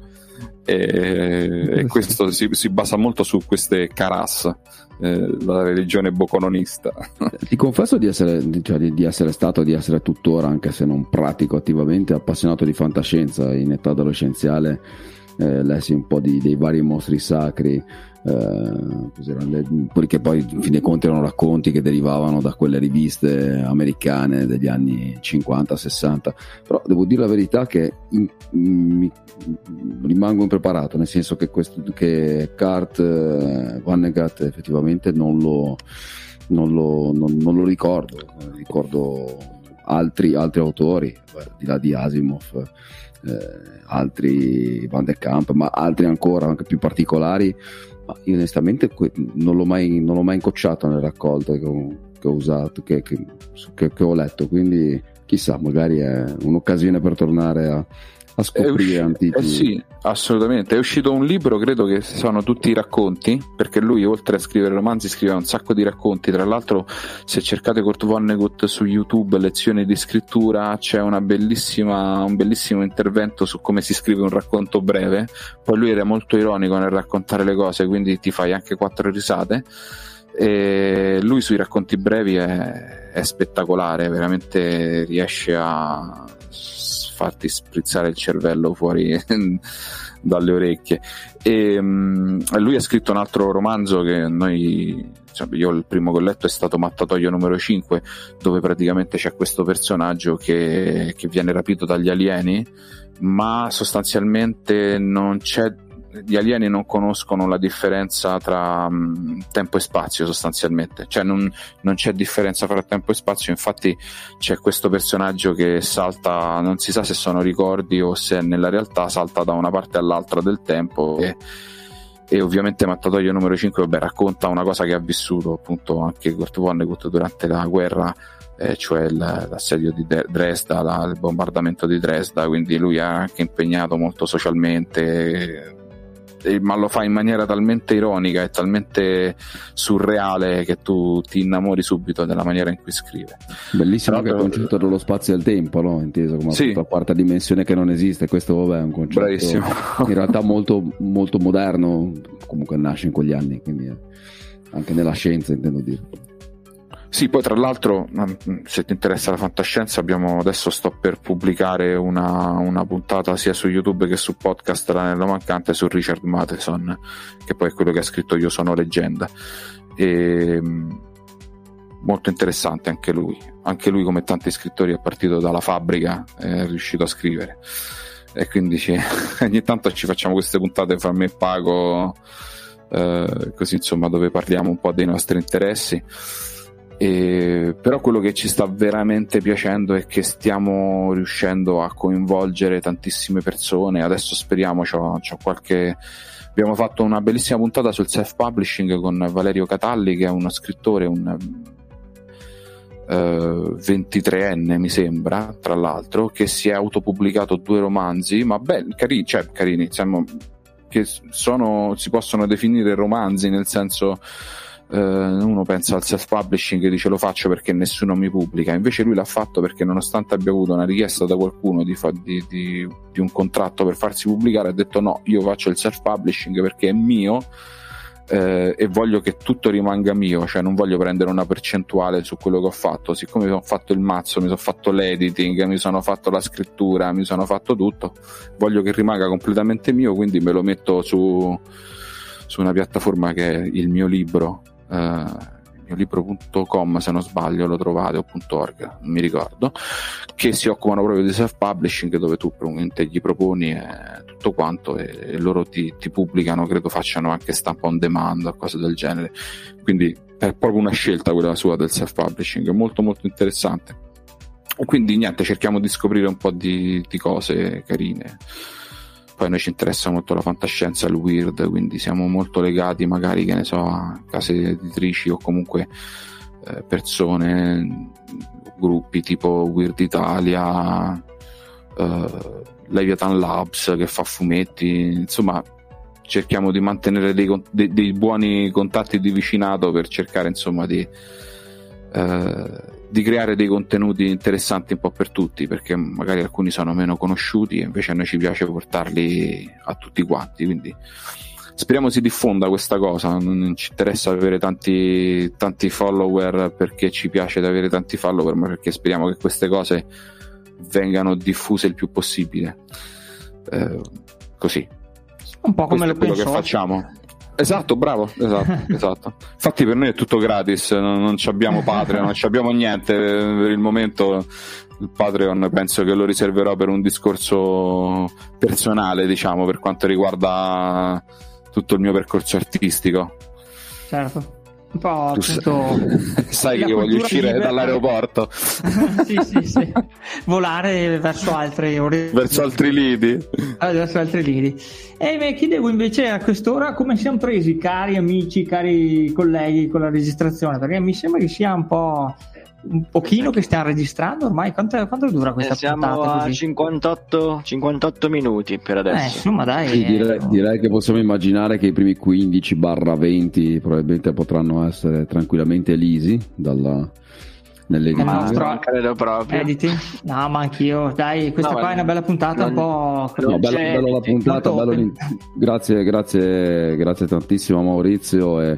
e, e questo si, si basa molto su queste carasse, eh, la religione bocononista. Ti confesso di essere, cioè, di, di essere stato, di essere tuttora, anche se non pratico attivamente, appassionato di fantascienza. In età adolescenziale Eh, lessi un po' di, dei vari mostri sacri, eh, le, perché poi in fin dei conti erano racconti che derivavano da quelle riviste americane degli anni cinquanta sessanta, però devo dire la verità che in, mi, rimango impreparato, nel senso che, questo, che Kurt eh, Vonnegut effettivamente non lo, non lo, non, non lo ricordo, ricordo altri, altri autori, beh, di là di Asimov, eh, altri Van de Kamp, ma altri ancora anche più particolari, ma io onestamente non l'ho mai, non l'ho mai incocciato nelle raccolte che ho, che ho usato, che, che, che, che ho letto, quindi chissà, magari è un'occasione per tornare a, a scoprire antichi. Eh sì, assolutamente. È uscito un libro, credo che sono tutti racconti, perché lui oltre a scrivere romanzi scriveva un sacco di racconti. Tra l'altro, se cercate Kurt Vonnegut su YouTube, lezioni di scrittura, c'è una bellissima, un bellissimo intervento su come si scrive un racconto breve. Poi lui era molto ironico nel raccontare le cose, quindi ti fai anche quattro risate. E lui sui racconti brevi è, è spettacolare, veramente riesce a farti sprizzare il cervello fuori dalle orecchie. E um, lui ha scritto un altro romanzo che noi, cioè, io il primo che ho letto è stato Mattatoio numero cinque, dove praticamente c'è questo personaggio che, che viene rapito dagli alieni, ma sostanzialmente non c'è, gli alieni non conoscono la differenza tra um, tempo e spazio, sostanzialmente, cioè non, non c'è differenza fra tempo e spazio. Infatti c'è questo personaggio che salta, non si sa se sono ricordi o se nella realtà salta da una parte all'altra del tempo, e, e ovviamente Mattatoio numero cinque, vabbè, racconta una cosa che ha vissuto appunto anche Kurt Vonnegut durante la guerra, eh, cioè il, l'assedio di Dresda, la, il bombardamento di Dresda, quindi lui è anche impegnato molto socialmente, ma lo fa in maniera talmente ironica e talmente surreale che tu ti innamori subito della maniera in cui scrive. Bellissimo anche il concetto dello spazio e del tempo, no? Inteso come sì. la quarta dimensione che non esiste. Questo vabbè, è un concetto bravissimo, in realtà molto, molto moderno, comunque nasce in quegli anni, quindi anche nella scienza, intendo dire. Sì, poi tra l'altro, se ti interessa la fantascienza, abbiamo adesso sto per pubblicare una, una puntata sia su YouTube che su podcast, L'Anello Mancante, su Richard Matheson, che poi è quello che ha scritto Io sono leggenda, e molto interessante anche lui. Anche lui, come tanti scrittori, è partito dalla fabbrica e è riuscito a scrivere, e quindi ci, ogni tanto ci facciamo queste puntate fra me e Pago, eh, così insomma, dove parliamo un po' dei nostri interessi. E, però quello che ci sta veramente piacendo è che stiamo riuscendo a coinvolgere tantissime persone. Adesso speriamo, c'ho, c'ho qualche abbiamo fatto una bellissima puntata sul self-publishing con Valerio Catalli, che è uno scrittore, un uh, ventitreenne mi sembra, tra l'altro, che si è autopubblicato due romanzi, ma belli, carini, cioè carini, diciamo, che sono, si possono definire romanzi, nel senso, Uh, uno pensa al self-publishing e dice lo faccio perché nessuno mi pubblica, invece lui l'ha fatto perché, nonostante abbia avuto una richiesta da qualcuno di, fa- di, di, di un contratto per farsi pubblicare, ha detto no, io faccio il self-publishing perché è mio, uh, e voglio che tutto rimanga mio, cioè non voglio prendere una percentuale su quello che ho fatto. Siccome mi sono fatto il mazzo, mi sono fatto l'editing, mi sono fatto la scrittura, mi sono fatto tutto, voglio che rimanga completamente mio, quindi me lo metto su, su una piattaforma che è il mio libro, Uh, il mio libro punto com, se non sbaglio lo trovate, o .org, non mi ricordo, che si occupano proprio di self-publishing, dove tu gli proponi eh, tutto quanto e, e loro ti, ti pubblicano, credo facciano anche stampa on demand o cose del genere, quindi è proprio una scelta quella sua del self-publishing, molto molto interessante. E quindi niente, cerchiamo di scoprire un po' di, di cose carine. Poi a noi ci interessa molto la fantascienza, il weird, quindi siamo molto legati magari, che ne so, a case editrici o comunque eh, persone, gruppi tipo Weird Italia, eh, Leviathan Labs che fa fumetti, insomma cerchiamo di mantenere dei, dei, dei buoni contatti di vicinato per cercare insomma di eh, di creare dei contenuti interessanti un po' per tutti, perché magari alcuni sono meno conosciuti e invece a noi ci piace portarli a tutti quanti, quindi speriamo si diffonda questa cosa. Non ci interessa avere tanti, tanti follower perché ci piace di avere tanti follower, ma perché speriamo che queste cose vengano diffuse il più possibile, eh, così un po' come questo lo è quello penso che facciamo. Esatto, bravo, esatto, esatto. Infatti per noi è tutto gratis, non, non abbiamo Patreon, non abbiamo niente per il momento. Il Patreon penso che lo riserverò per un discorso personale, diciamo, per quanto riguarda tutto il mio percorso artistico. Certo. Un po' tu tutto... sai che io voglio uscire libera... dall'aeroporto. Sì, sì, sì. Volare verso altri verso altri lidi. Ah, verso altri lidi. E mi chiedevo invece a quest'ora come siamo presi, cari amici, cari colleghi, con la registrazione, perché mi sembra che sia un po' un pochino che stiamo registrando ormai. Quanto, quanto dura questa eh, siamo puntata? Siamo a cinquantotto, cinquantotto minuti per adesso. Eh, insomma, dai. Sì, direi, direi che possiamo immaginare che i primi quindici venti probabilmente potranno essere tranquillamente elisi dalla nell'editing. Ma nostro... credo proprio. Editing? No, ma anch'io. Dai, questa no, qua è una bella puntata, non... un po'. No, bello, bello la puntata, bello... grazie, grazie, grazie tantissimo a Maurizio e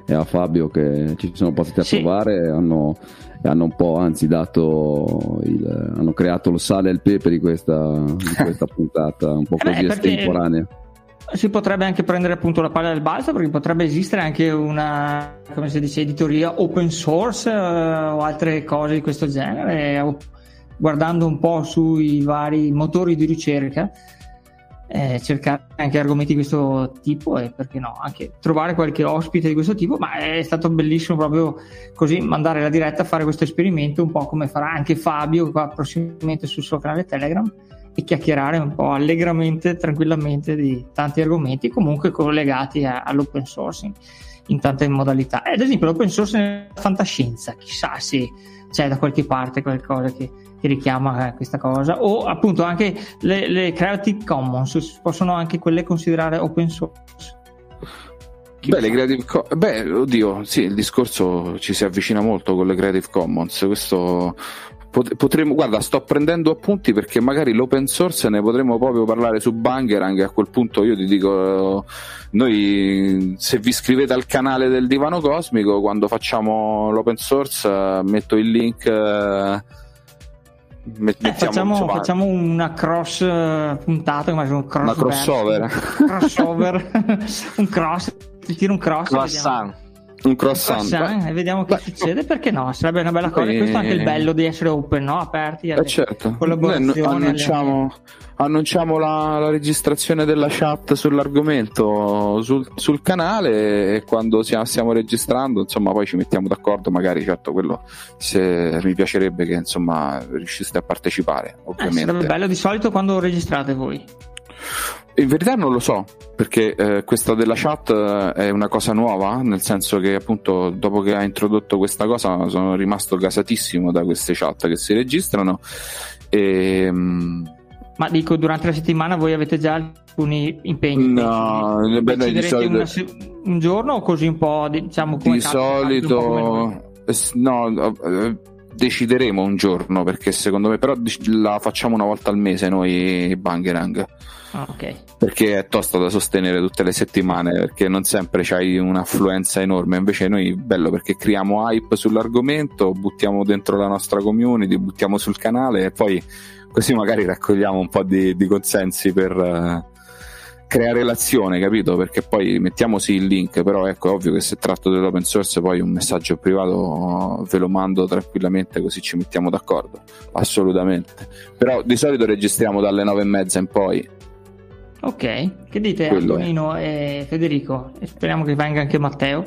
e a Fabio che ci sono passati a sì. trovare e hanno, e hanno un po' anzi dato il, hanno creato il sale e il pepe di questa, di questa puntata un po' così eh beh, estemporanea. Si potrebbe anche prendere appunto la palla del balzo, perché potrebbe esistere anche una, come si dice, editoria open source eh, o altre cose di questo genere, o, guardando un po' sui vari motori di ricerca, eh, cercare anche argomenti di questo tipo e perché no, anche trovare qualche ospite di questo tipo. Ma è stato bellissimo proprio così mandare la diretta a fare questo esperimento, un po' come farà anche Fabio qua prossimamente sul suo canale Telegram, e chiacchierare un po' allegramente, tranquillamente di tanti argomenti comunque collegati a, all'open source in, in tante modalità. Ad esempio l'open source nella fantascienza, chissà se c'è da qualche parte qualcosa che, che richiama questa cosa, o appunto anche le, le Creative Commons possono anche quelle considerare open source. Beh, le Creative Co- beh, oddio, sì, il discorso ci si avvicina molto con le Creative Commons, questo potremmo, guarda, sto prendendo appunti perché magari l'open source ne potremmo proprio parlare su Bangerang. A quel punto io ti dico, noi se vi iscrivete al canale del Divano Cosmico, quando facciamo l'open source metto il link, met- eh, facciamo, facciamo una cross puntata, un cross una crossover crossover un cross, ti tiro un cross, croissant un croissant, croissant e vediamo che Beh, succede, perché no, sarebbe una bella cosa. E questo è anche il bello di essere open, no? Aperti alle eh certo. collaborazioni. Noi annunciamo, alle... annunciamo la, la registrazione della chat sull'argomento sul, sul canale, e quando siamo, stiamo registrando, insomma, poi ci mettiamo d'accordo, magari, certo, quello se mi piacerebbe che insomma riusciste a partecipare, ovviamente. Eh, sarebbe bello. Di solito quando registrate voi? In verità non lo so, perché eh, questa della chat è una cosa nuova, nel senso che appunto dopo che ha introdotto questa cosa sono rimasto gasatissimo da queste chat che si registrano. E, ma dico, durante la settimana voi avete già alcuni impegni? No, beh, di solito... una, un giorno o così un po', diciamo, come di solito no, decideremo un giorno, perché secondo me però la facciamo una volta al mese noi Bangerang. Ah, okay. Perché è tosta da sostenere tutte le settimane, perché non sempre c'hai un'affluenza enorme. Invece noi, bello, perché creiamo hype sull'argomento, buttiamo dentro la nostra community, buttiamo sul canale, e poi così magari raccogliamo un po' di, di consensi per uh, creare l'azione, capito? Perché poi mettiamo sì il link, però ecco, è ovvio che se tratto dell'open source poi un messaggio privato ve lo mando tranquillamente, così ci mettiamo d'accordo, assolutamente. Però di solito registriamo dalle nove e mezza in poi. Ok, che dite Quello Antonino è. e Federico? E speriamo che venga anche Matteo.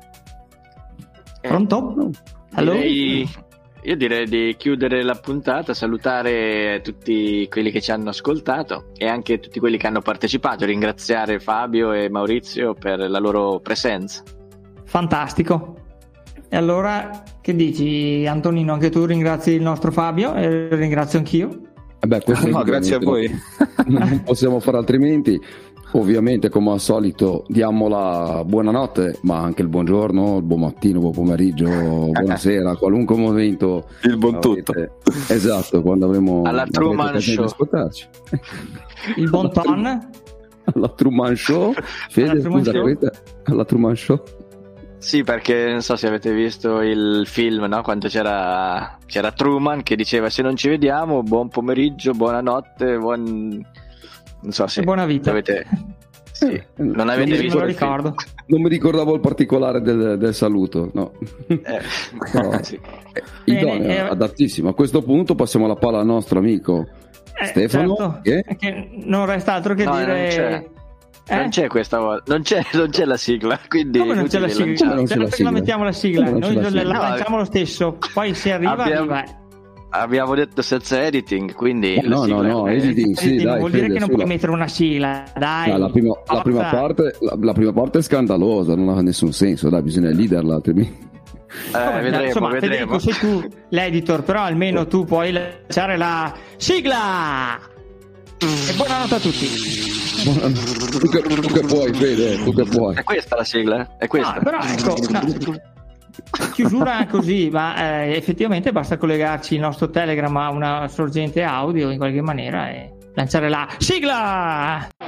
Pronto? Allora? Direi, io direi di chiudere la puntata, salutare tutti quelli che ci hanno ascoltato e anche tutti quelli che hanno partecipato, ringraziare Fabio e Maurizio per la loro presenza. Fantastico. E allora, che dici Antonino? Anche tu ringrazi il nostro Fabio e ringrazio anch'io. Eh beh, questo no, grazie a voi. Non possiamo fare altrimenti. Ovviamente, come al solito, diamo la buonanotte, ma anche il buongiorno, il buon mattino, buon pomeriggio, buonasera, qualunque momento. Il buon avete... tutto. Esatto, quando avremo alla Truman Show. Ascoltarci. Il bon ton. Alla Truman Show. Fede, alla Truman scusa, Show. Questa... alla Truman Show. Sì, perché non so se avete visto il film, no? Quando c'era, c'era Truman che diceva: se non ci vediamo, buon pomeriggio, buonanotte, buon... non so se buona vita. Avete... Sì, non avete non visto me lo il film. ricordo. Non mi ricordavo il particolare del, del saluto, no. Eh, Però, sì. idoneo, Bene, eh... adattissimo. A questo punto passiamo la palla al nostro amico eh, Stefano. Certo. Che? Che non resta altro che No, dire. Non c'è. Eh? Non c'è questa volta, non c'è, non c'è la sigla, quindi come non c'è la sigla? Come non c'è la la sigla? mettiamo la sigla, Come non noi c'è la la, sigla? la lanciamo lo stesso, poi se arriva Abbiamo- arriva. Abbiamo detto senza editing, quindi la No, no, sigla no, è- editing, sì, Quindi dai, vuol dire Fede, che non sulla- puoi mettere una sigla, dai. No, la, prima, la, Forza. prima parte, la, la prima parte è scandalosa, non ha nessun senso, dai, bisogna leaderla, altrimenti. Eh, Vabbè, vedremo, insomma, vedremo. Federico, sei tu l'editor, però almeno tu puoi lanciare la sigla. E buonanotte a tutti. Tu che, tu che puoi, Fede, tu che puoi. È questa la sigla? È questa? No, però ecco, no. Chiusura così, ma eh, effettivamente basta collegarci il nostro Telegram a una sorgente audio in qualche maniera e lanciare la sigla.